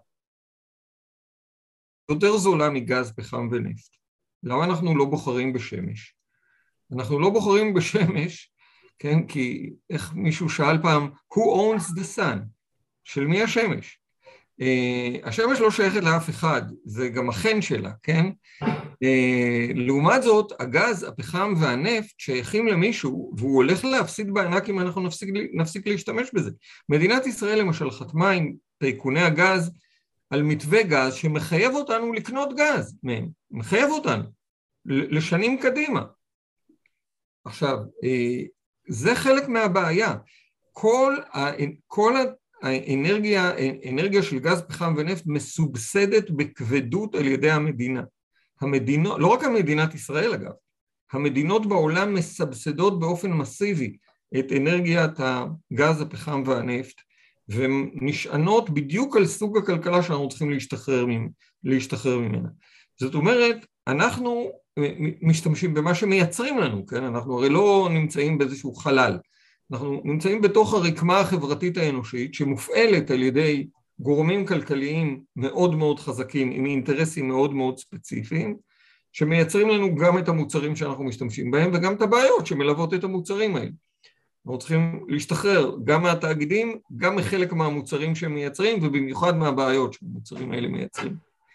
יותר זולה מגז, פחם ונפט. למה אנחנו לא בוחרים בשמש? אנחנו לא בוחרים בשמש, כן, כי איך מישהו שאל פעם, who owns the sun? של מי השמש? Uh, השמש לא שייכת לאף אחד, זה גם החן שלה, כן? Uh, לעומת זאת, הגז, הפחם והנפט שייכים למישהו, והוא הולך להפסיד בענק אם אנחנו נפסיק, נפסיק להשתמש בזה. מדינת ישראל למשל חתמה עם טייקוני הגז על מתווה גז שמחייב אותנו לקנות גז מהם, מחייב אותנו לשנים קדימה. עכשיו, uh, זה חלק מהבעיה. כל, כל האנרגיה, אנרגיה של גז, פחם ונפט מסובסדת בכבדות על ידי המדינה. המדינות, לא רק המדינת ישראל אגב, המדינות בעולם מסבסדות באופן מסיבי את אנרגיית הגז, הפחם והנפט, והן נשענות בדיוק על סוג הכלכלה שאנחנו צריכים להשתחרר, להשתחרר ממנה. זאת אומרת, אנחנו משתמשים במה שמייצרים לנו, כן? אנחנו הרי לא נמצאים באיזשהו חלל, אנחנו נמצאים בתוך הרקמה החברתית האנושית שמופעלת על ידי גורמים כלכליים מאוד מאוד חזקים עם אינטרסים מאוד מאוד ספציפיים, שמייצרים לנו גם את המוצרים שאנחנו משתמשים בהם וגם את הבעיות שמלוות את המוצרים האלה. אנחנו צריכים להשתחרר גם מהתאגידים, גם מחלק מהמוצרים שהם מייצרים ובמיוחד מהבעיות שהמוצרים האלה מייצרים.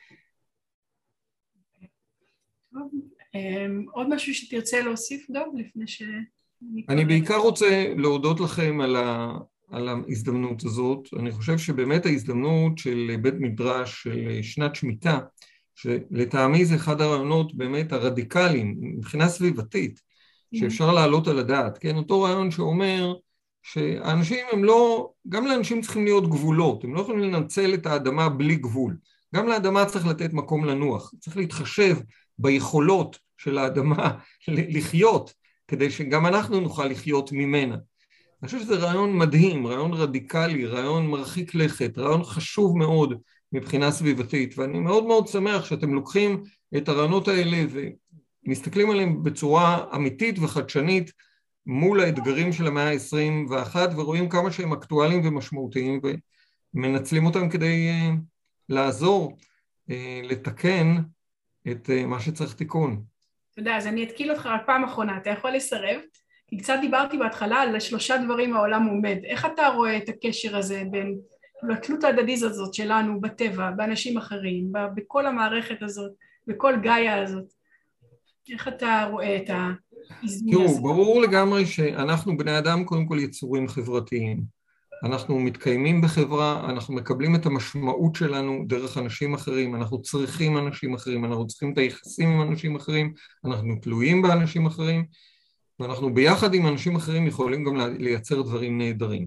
טוב, עוד משהו שתרצה להוסיף דוב לפני ש... אני בעיקר רוצה להודות לכם על, ה, על ההזדמנות הזאת. אני חושב שבאמת ההזדמנות של בית מדרש של שנת שמיטה, שלטעמי זה אחד הרעיונות באמת הרדיקליים, מבחינה סביבתית, שאפשר לעלות על הדעת. כן, אותו רעיון שאומר שהאנשים הם לא, גם לאנשים צריכים להיות גבולות, הם לא יכולים לנצל את האדמה בלי גבול. גם לאדמה צריך לתת מקום לנוח, צריך להתחשב ביכולות של האדמה לחיות, כדי שגם אנחנו נוכל לחיות ממנה. אני חושב שזה רעיון מדהים, רעיון רדיקלי, רעיון מרחיק לכת, רעיון חשוב מאוד מבחינה סביבתית, ואני מאוד מאוד שמח שאתם לוקחים את הרעיונות האלה ומסתכלים עליהם בצורה אמיתית וחדשנית מול האתגרים של המאה ה-עשרים ואחת, ורואים כמה שהם אקטואליים ומשמעותיים, ומנצלים אותם כדי uh, לעזור, uh, לתקן את uh, מה שצריך תיקון. אתה יודע, אז אני אתקיל אותך רק פעם אחרונה, אתה יכול לסרב, כי קצת דיברתי בהתחלה על שלושה דברים העולם עומד. איך אתה רואה את הקשר הזה בין התלות ההדדית הזאת שלנו בטבע, באנשים אחרים, בכל המערכת הזאת, בכל גאיה הזאת? איך אתה רואה את האיזון הזה? תראו, ברור לגמרי שאנחנו בני אדם קודם כל יצורים חברתיים. אנחנו מתקיימים בחברה, אנחנו מקבלים את המשמעות שלנו דרך אנשים אחרים, אנחנו צריכים אנשים אחרים, אנחנו צריכים את היחסים עם אנשים אחרים, אנחנו תלויים באנשים אחרים, ואנחנו ביחד עם אנשים אחרים יכולים גם לייצר דברים נהדרים.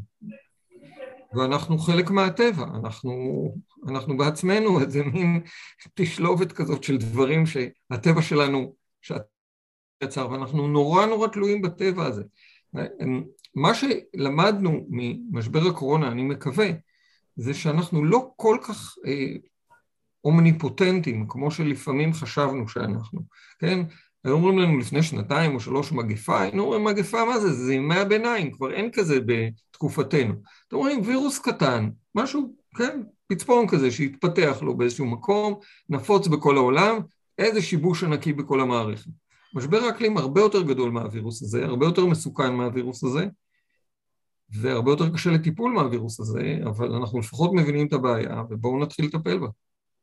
ואנחנו חלק מהטבע, אנחנו, אנחנו בעצמנו איזה מין תשלובת כזאת של דברים שהטבע שלנו יצר, ואנחנו נורא נורא תלויים בטבע הזה. מה שלמדנו ממשבר הקורונה, אני מקווה, זה שאנחנו לא כל כך אה, אומניפוטנטים, כמו שלפעמים חשבנו שאנחנו, כן? היו אומרים לנו לפני שנתיים או שלוש מגפה, היינו אומרים מגפה, מה זה? זה ימי הביניים, כבר אין כזה בתקופתנו. אתם אומרים וירוס קטן, משהו, כן? פצפון כזה שהתפתח לו באיזשהו מקום, נפוץ בכל העולם, איזה שיבוש ענקי בכל המערכת. משבר האקלים הרבה יותר גדול מהווירוס הזה, הרבה יותר מסוכן מהווירוס הזה, והרבה יותר קשה לטיפול מהווירוס הזה, אבל אנחנו לפחות מבינים את הבעיה, ובואו נתחיל לטפל בה.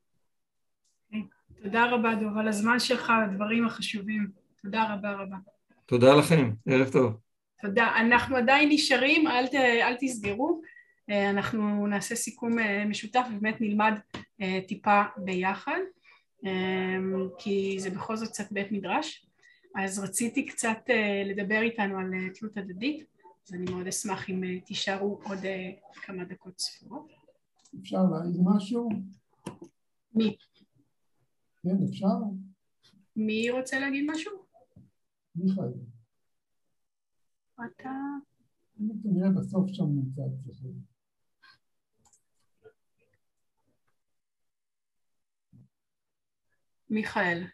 תודה רבה דוב על הזמן שלך, הדברים החשובים. תודה רבה רבה. תודה לכם, ערב טוב. תודה. אנחנו עדיין נשארים, אל, ת, אל תסגרו. אנחנו נעשה סיכום משותף ובאמת נלמד טיפה ביחד, כי זה בכל זאת קצת בית מדרש. אז רציתי קצת לדבר איתנו על תלות הדדית, אז אני מאוד אשמח אם תישארו עוד כמה דקות ספורות. אפשר להגיד משהו? מי? כן, אפשר. מי רוצה להגיד משהו? מיכאל. אתה... אני כנראה בסוף שם נמצא אצלכם. מיכאל.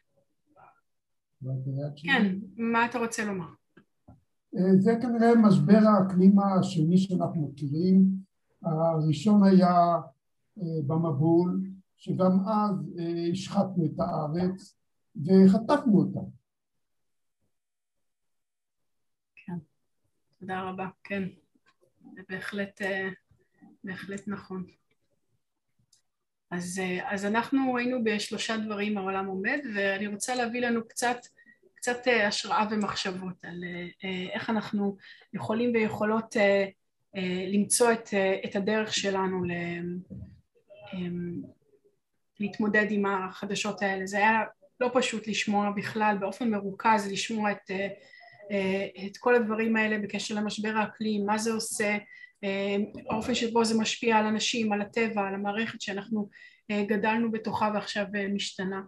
כן, מה אתה רוצה לומר? זה כנראה משבר האקלים השני שאנחנו מכירים. הראשון היה במבול, שגם אז השחתנו את הארץ וחטפנו אותה. כן, תודה רבה, כן, זה בהחלט, בהחלט נכון. אז, אז אנחנו היינו בשלושה דברים העולם עומד, ואני רוצה להביא לנו קצת, קצת השראה ומחשבות על איך אנחנו יכולים ויכולות למצוא את, את הדרך שלנו ל, להתמודד עם החדשות האלה. זה היה לא פשוט לשמוע בכלל, באופן מרוכז, לשמוע את, את כל הדברים האלה בקשר למשבר האקלים, מה זה עושה, האופן שבו זה משפיע על אנשים, על הטבע, על המערכת שאנחנו גדלנו בתוכה ועכשיו משתנה.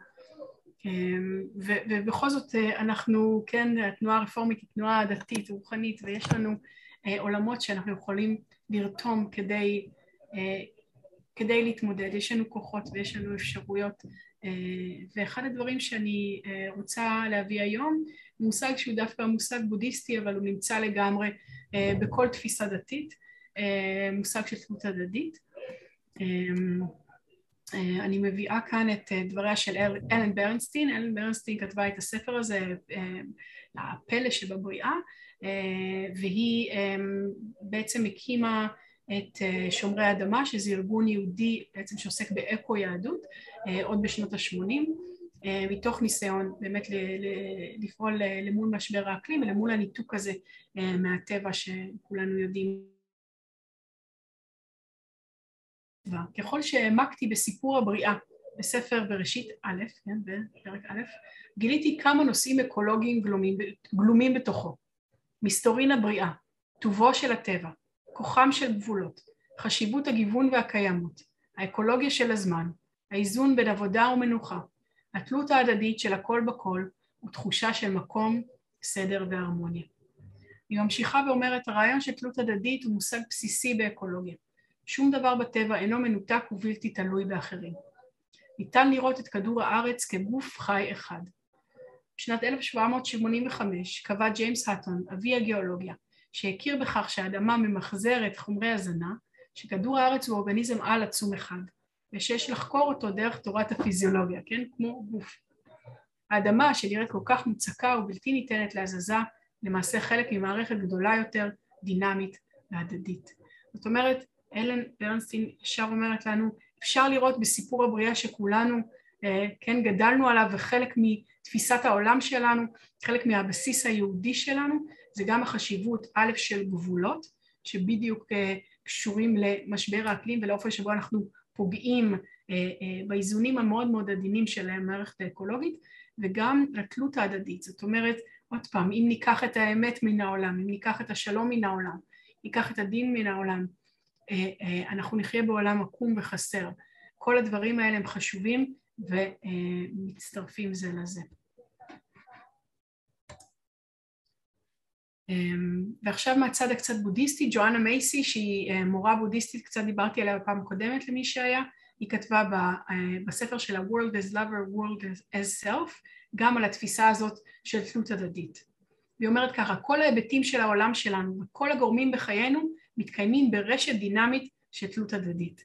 ובכל זאת אנחנו, כן, התנועה הרפורמית היא תנועה דתית, רוחנית, ויש לנו עולמות שאנחנו יכולים לרתום כדי, כדי להתמודד. יש לנו כוחות ויש לנו אפשרויות, ואחד הדברים שאני רוצה להביא היום, מושג שהוא דווקא מושג בודהיסטי, אבל הוא נמצא לגמרי בכל תפיסה דתית, מושג של תלות הדדית. אני מביאה כאן את דבריה של אלן ברנסטין. אלן ברנסטין כתבה את הספר הזה, הפלא שבבריאה, והיא בעצם הקימה את שומרי האדמה, שזה ארגון יהודי בעצם שעוסק באקו יהדות, עוד בשנות ה-שמונים, מתוך ניסיון באמת לפעול למול משבר האקלים ולמול הניתוק הזה מהטבע שכולנו יודעים. ככל שהעמקתי בסיפור הבריאה בספר בראשית א', כן, בפרק א', גיליתי כמה נושאים אקולוגיים גלומים, גלומים בתוכו. מסתורין הבריאה, טובו של הטבע, כוחם של גבולות, חשיבות הגיוון והקיימות, האקולוגיה של הזמן, האיזון בין עבודה ומנוחה, התלות ההדדית של הכל בכל ותחושה של מקום, סדר והרמוניה. היא ממשיכה ואומרת, הרעיון של תלות הדדית הוא מושג בסיסי באקולוגיה. שום דבר בטבע אינו מנותק ובלתי תלוי באחרים. ניתן לראות את כדור הארץ כגוף חי אחד. בשנת אלף שבע מאות שמונים וחמש קבע ג'יימס האטון, אבי הגיאולוגיה, שהכיר בכך שהאדמה ממחזרת חומרי הזנה, שכדור הארץ הוא אורגניזם על עצום אחד, ושיש לחקור אותו דרך תורת הפיזיולוגיה, כן? כמו גוף. האדמה שנראית כל כך מוצקה ובלתי ניתנת להזזה, למעשה חלק ממערכת גדולה יותר, דינמית והדדית. זאת אומרת, אלן ברנסטין ישר אומרת לנו, אפשר לראות בסיפור הבריאה שכולנו, כן, גדלנו עליו, וחלק מתפיסת העולם שלנו, חלק מהבסיס היהודי שלנו, זה גם החשיבות א' של גבולות, שבדיוק קשורים למשבר האקלים ולאופן שבו אנחנו פוגעים באיזונים המאוד מאוד עדינים של המערכת האקולוגית, וגם לתלות ההדדית. זאת אומרת, עוד פעם, אם ניקח את האמת מן העולם, אם ניקח את השלום מן העולם, ניקח את הדין מן העולם, אנחנו נחיה בעולם עקום וחסר. כל הדברים האלה הם חשובים ומצטרפים זה לזה. ועכשיו מהצד הקצת בודהיסטי, ג'ואנה מייסי, שהיא מורה בודהיסטית, קצת דיברתי עליה בפעם הקודמת למי שהיה, היא כתבה בספר של ה-World as Lover, World as Self, גם על התפיסה הזאת של תלות הדדית. והיא אומרת ככה, כל ההיבטים של העולם שלנו וכל הגורמים בחיינו מתקיימים ברשת דינמית של תלות הדדית.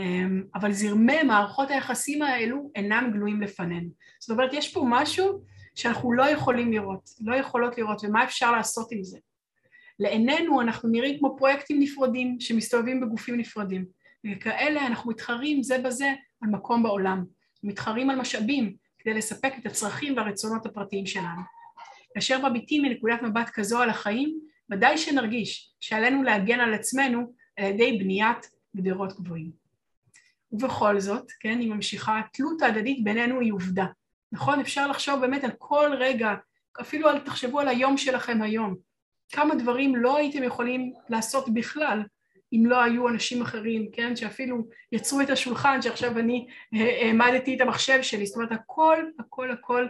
אבל זרמי מערכות היחסים האלו אינם גלויים לפנינו. זאת אומרת, יש פה משהו שאנחנו לא יכולים לראות, לא יכולות לראות, ומה אפשר לעשות עם זה. לעינינו אנחנו נראים כמו פרויקטים נפרדים שמסתובבים בגופים נפרדים, וכאלה אנחנו מתחרים זה בזה על מקום בעולם, מתחרים על משאבים כדי לספק את הצרכים והרצונות הפרטיים שלנו. כאשר מביטים מנקודת מבט כזו על החיים, ודאי שנרגיש שעלינו להגן על עצמנו על ידי בניית גדרות גבוהים. ובכל זאת, כן, היא ממשיכה, התלות ההדדית בינינו היא עובדה. נכון? אפשר לחשוב באמת על כל רגע, אפילו על, תחשבו על היום שלכם היום. כמה דברים לא הייתם יכולים לעשות בכלל, אם לא היו אנשים אחרים, כן? שאפילו יצרו את השולחן, שעכשיו אני העמדתי את המחשב שלי. זאת אומרת, הכל, הכל, הכל,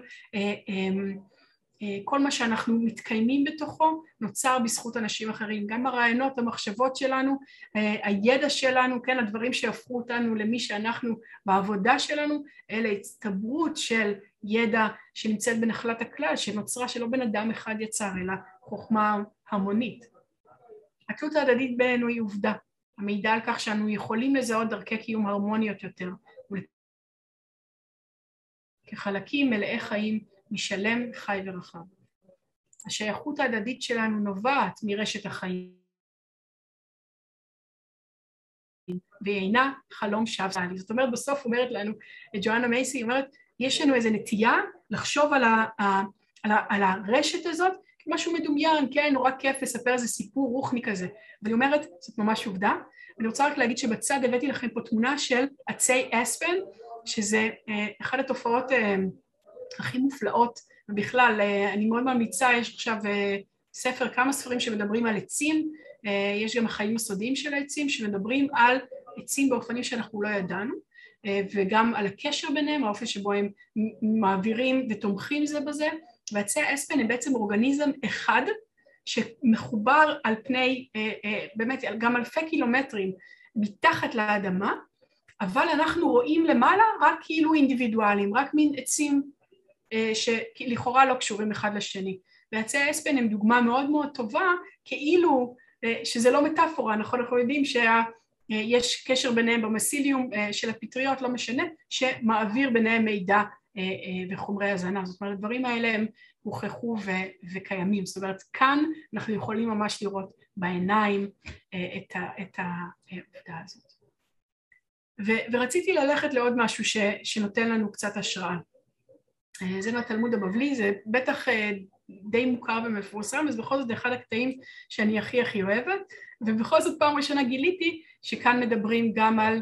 כל מה שאנחנו מתקיימים בתוכו, נוצר בזכות אנשים אחרים. גם הרעיונות, המחשבות שלנו, הידע שלנו, כן? הדברים שהפכו אותנו למי שאנחנו בעבודה שלנו, אלה הצטברות של ידע שנמצאת בנחלת הכלל, שנוצרה שלא בן אדם אחד יצר, אלא חוכמה המונית. התלות ההדדית בינינו היא עובדה, המעידה על כך שאנו יכולים לזהות דרכי קיום הרמוניות יותר, כחלקים מלאי חיים משלם, חי ורחב. השייכות ההדדית שלנו נובעת מרשת החיים, והיא אינה חלום שווא. זאת אומרת, בסוף אומרת לנו, ג'ואנה מייסי אומרת, יש לנו איזו נטייה לחשוב על, ה, על, ה, על הרשת הזאת, משהו מדומיין, כן, נורא כיף לספר איזה סיפור רוחני כזה. ואני אומרת, זאת ממש עובדה. אני רוצה רק להגיד שבצד הבאתי לכם פה תמונה של עצי אספן, שזה אה, אחת התופעות אה, הכי מופלאות, ובכלל, אה, אני מאוד ממליצה, יש עכשיו אה, ספר, כמה ספרים שמדברים על עצים, אה, יש גם החיים הסודיים של העצים, שמדברים על עצים באופנים שאנחנו לא ידענו, אה, וגם על הקשר ביניהם, האופן שבו הם מעבירים ותומכים זה בזה, ועצי האספן הם בעצם אורגניזם אחד שמחובר על פני, באמת גם אלפי קילומטרים מתחת לאדמה, אבל אנחנו רואים למעלה רק כאילו אינדיבידואלים, רק מין עצים שלכאורה לא קשורים אחד לשני. ועצי האספן הם דוגמה מאוד מאוד טובה, כאילו שזה לא מטאפורה, נכון? אנחנו יודעים שיש קשר ביניהם במסיליום של הפטריות, לא משנה, שמעביר ביניהם מידע וחומרי הזנה. זאת אומרת, הדברים האלה הם הוכחו ו- וקיימים. זאת אומרת, כאן אנחנו יכולים ממש לראות בעיניים את, ה- את העובדה הזאת. ו- ורציתי ללכת לעוד משהו ש- שנותן לנו קצת השראה. זה מהתלמוד הבבלי, זה בטח די מוכר ומפורסם, אז בכל זאת אחד הקטעים שאני הכי הכי אוהבת, ובכל זאת פעם ראשונה גיליתי שכאן מדברים גם על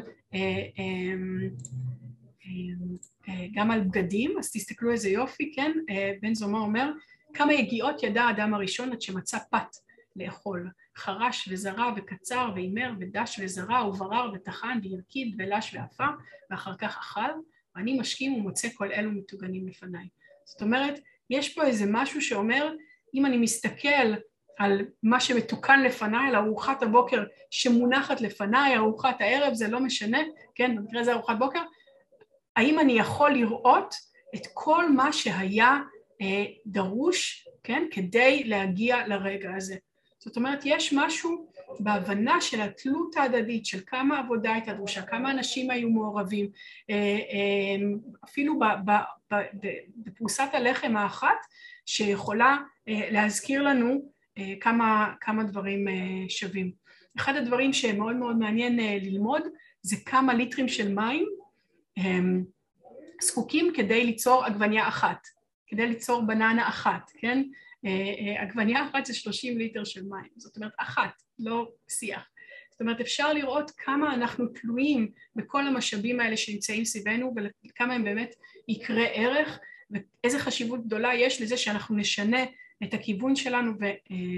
גם על בגדים, אז תסתכלו איזה יופי, כן? בן זומא אומר, כמה יגיעות ידע האדם הראשון עד שמצא פת לאכול, חרש וזרע וקצר ואימר ודש וזרע וברר וטחן וירקיד ולש ואפה, ואחר כך אכל, ואני משכים ומוצא כל אלו מטוגנים לפניי. זאת אומרת, יש פה איזה משהו שאומר, אם אני מסתכל על מה שמתוקן לפניי, על ארוחת הבוקר שמונחת לפניי, ארוחת הערב, זה לא משנה, כן? במקרה זה ארוחת בוקר, האם אני יכול לראות את כל מה שהיה אה, דרוש, כן, כדי להגיע לרגע הזה. זאת אומרת, יש משהו בהבנה של התלות ההדדית, של כמה עבודה הייתה דרושה, כמה אנשים היו מעורבים, אה, אה, אפילו ב, ב, ב, ב, בפרוסת הלחם האחת, שיכולה אה, להזכיר לנו אה, כמה, כמה דברים אה, שווים. אחד הדברים שמאוד מאוד מעניין אה, ללמוד, זה כמה ליטרים של מים, הם זקוקים כדי ליצור עגבניה אחת, כדי ליצור בננה אחת, כן? עגבניה אחת זה שלושים ליטר של מים, זאת אומרת אחת, לא שיח. זאת אומרת אפשר לראות כמה אנחנו תלויים בכל המשאבים האלה שנמצאים סביבנו, וכמה הם באמת יקרה ערך, ואיזה חשיבות גדולה יש לזה שאנחנו נשנה את הכיוון שלנו ו,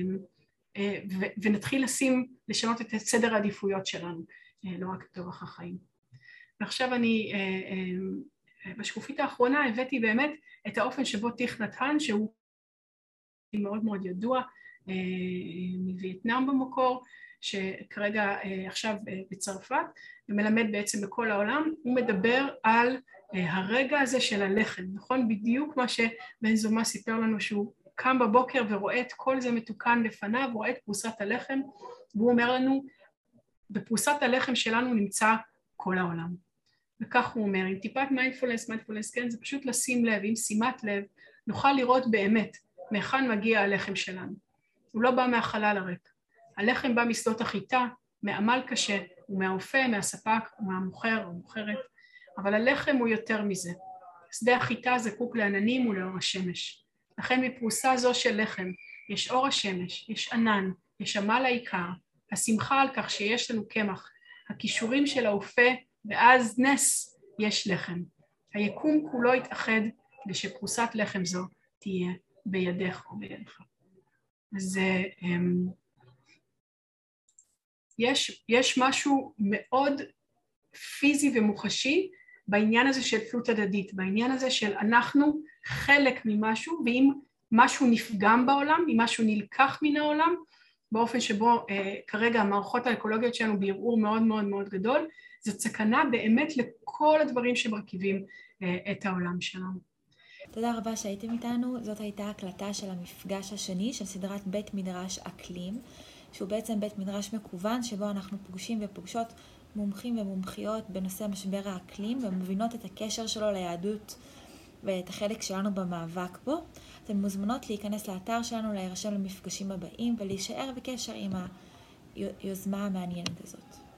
ו, ונתחיל לשים, לשנות את סדר העדיפויות שלנו, לא רק את אורח החיים. ועכשיו אני, בשקופית האחרונה הבאתי באמת את האופן שבו תיך נת האן, שהוא מאוד מאוד ידוע, מווייטנאם במקור, שכרגע עכשיו בצרפת, ומלמד בעצם בכל העולם, הוא מדבר על הרגע הזה של הלחם, נכון? בדיוק מה שבן זומא סיפר לנו, שהוא קם בבוקר ורואה את כל זה מתוקן לפניו, רואה את פרוסת הלחם, והוא אומר לנו, בפרוסת הלחם שלנו נמצא כל העולם. וכך הוא אומר, עם טיפת מיינדפולנס, מיינדפולנס, כן, זה פשוט לשים לב, עם שימת לב, נוכל לראות באמת מהיכן מגיע הלחם שלנו. הוא לא בא מהחלל הריק. הלחם בא משדות החיטה, מעמל קשה, ומהאופה, מהספק, ומהמוכר או מוכרת, אבל הלחם הוא יותר מזה. שדה החיטה זקוק לעננים ולאור השמש. לכן מפרוסה זו של לחם יש אור השמש, יש ענן, יש עמל העיקר, השמחה על כך שיש לנו קמח, הכישורים של האופה, ואז נס יש לחם. היקום כולו יתאחד כדי שפרוסת לחם זו תהיה בידך או בידך. אז יש, יש משהו מאוד פיזי ומוחשי בעניין הזה של תלות הדדית, בעניין הזה של אנחנו חלק ממשהו, ואם משהו נפגם בעולם, אם משהו נלקח מן העולם, באופן שבו אה, כרגע המערכות האקולוגיות שלנו בערעור מאוד מאוד מאוד גדול, זו סכנה באמת לכל הדברים שמרכיבים אה, את העולם שלנו. תודה רבה שהייתם איתנו. זאת הייתה הקלטה של המפגש השני של סדרת בית מדרש אקלים, שהוא בעצם בית מדרש מקוון שבו אנחנו פוגשים ופוגשות מומחים ומומחיות בנושא משבר האקלים ומבינות את הקשר שלו ליהדות ואת החלק שלנו במאבק בו. אתן מוזמנות להיכנס לאתר שלנו, להירשם למפגשים הבאים ולהישאר בקשר עם היוזמה המעניינת הזאת.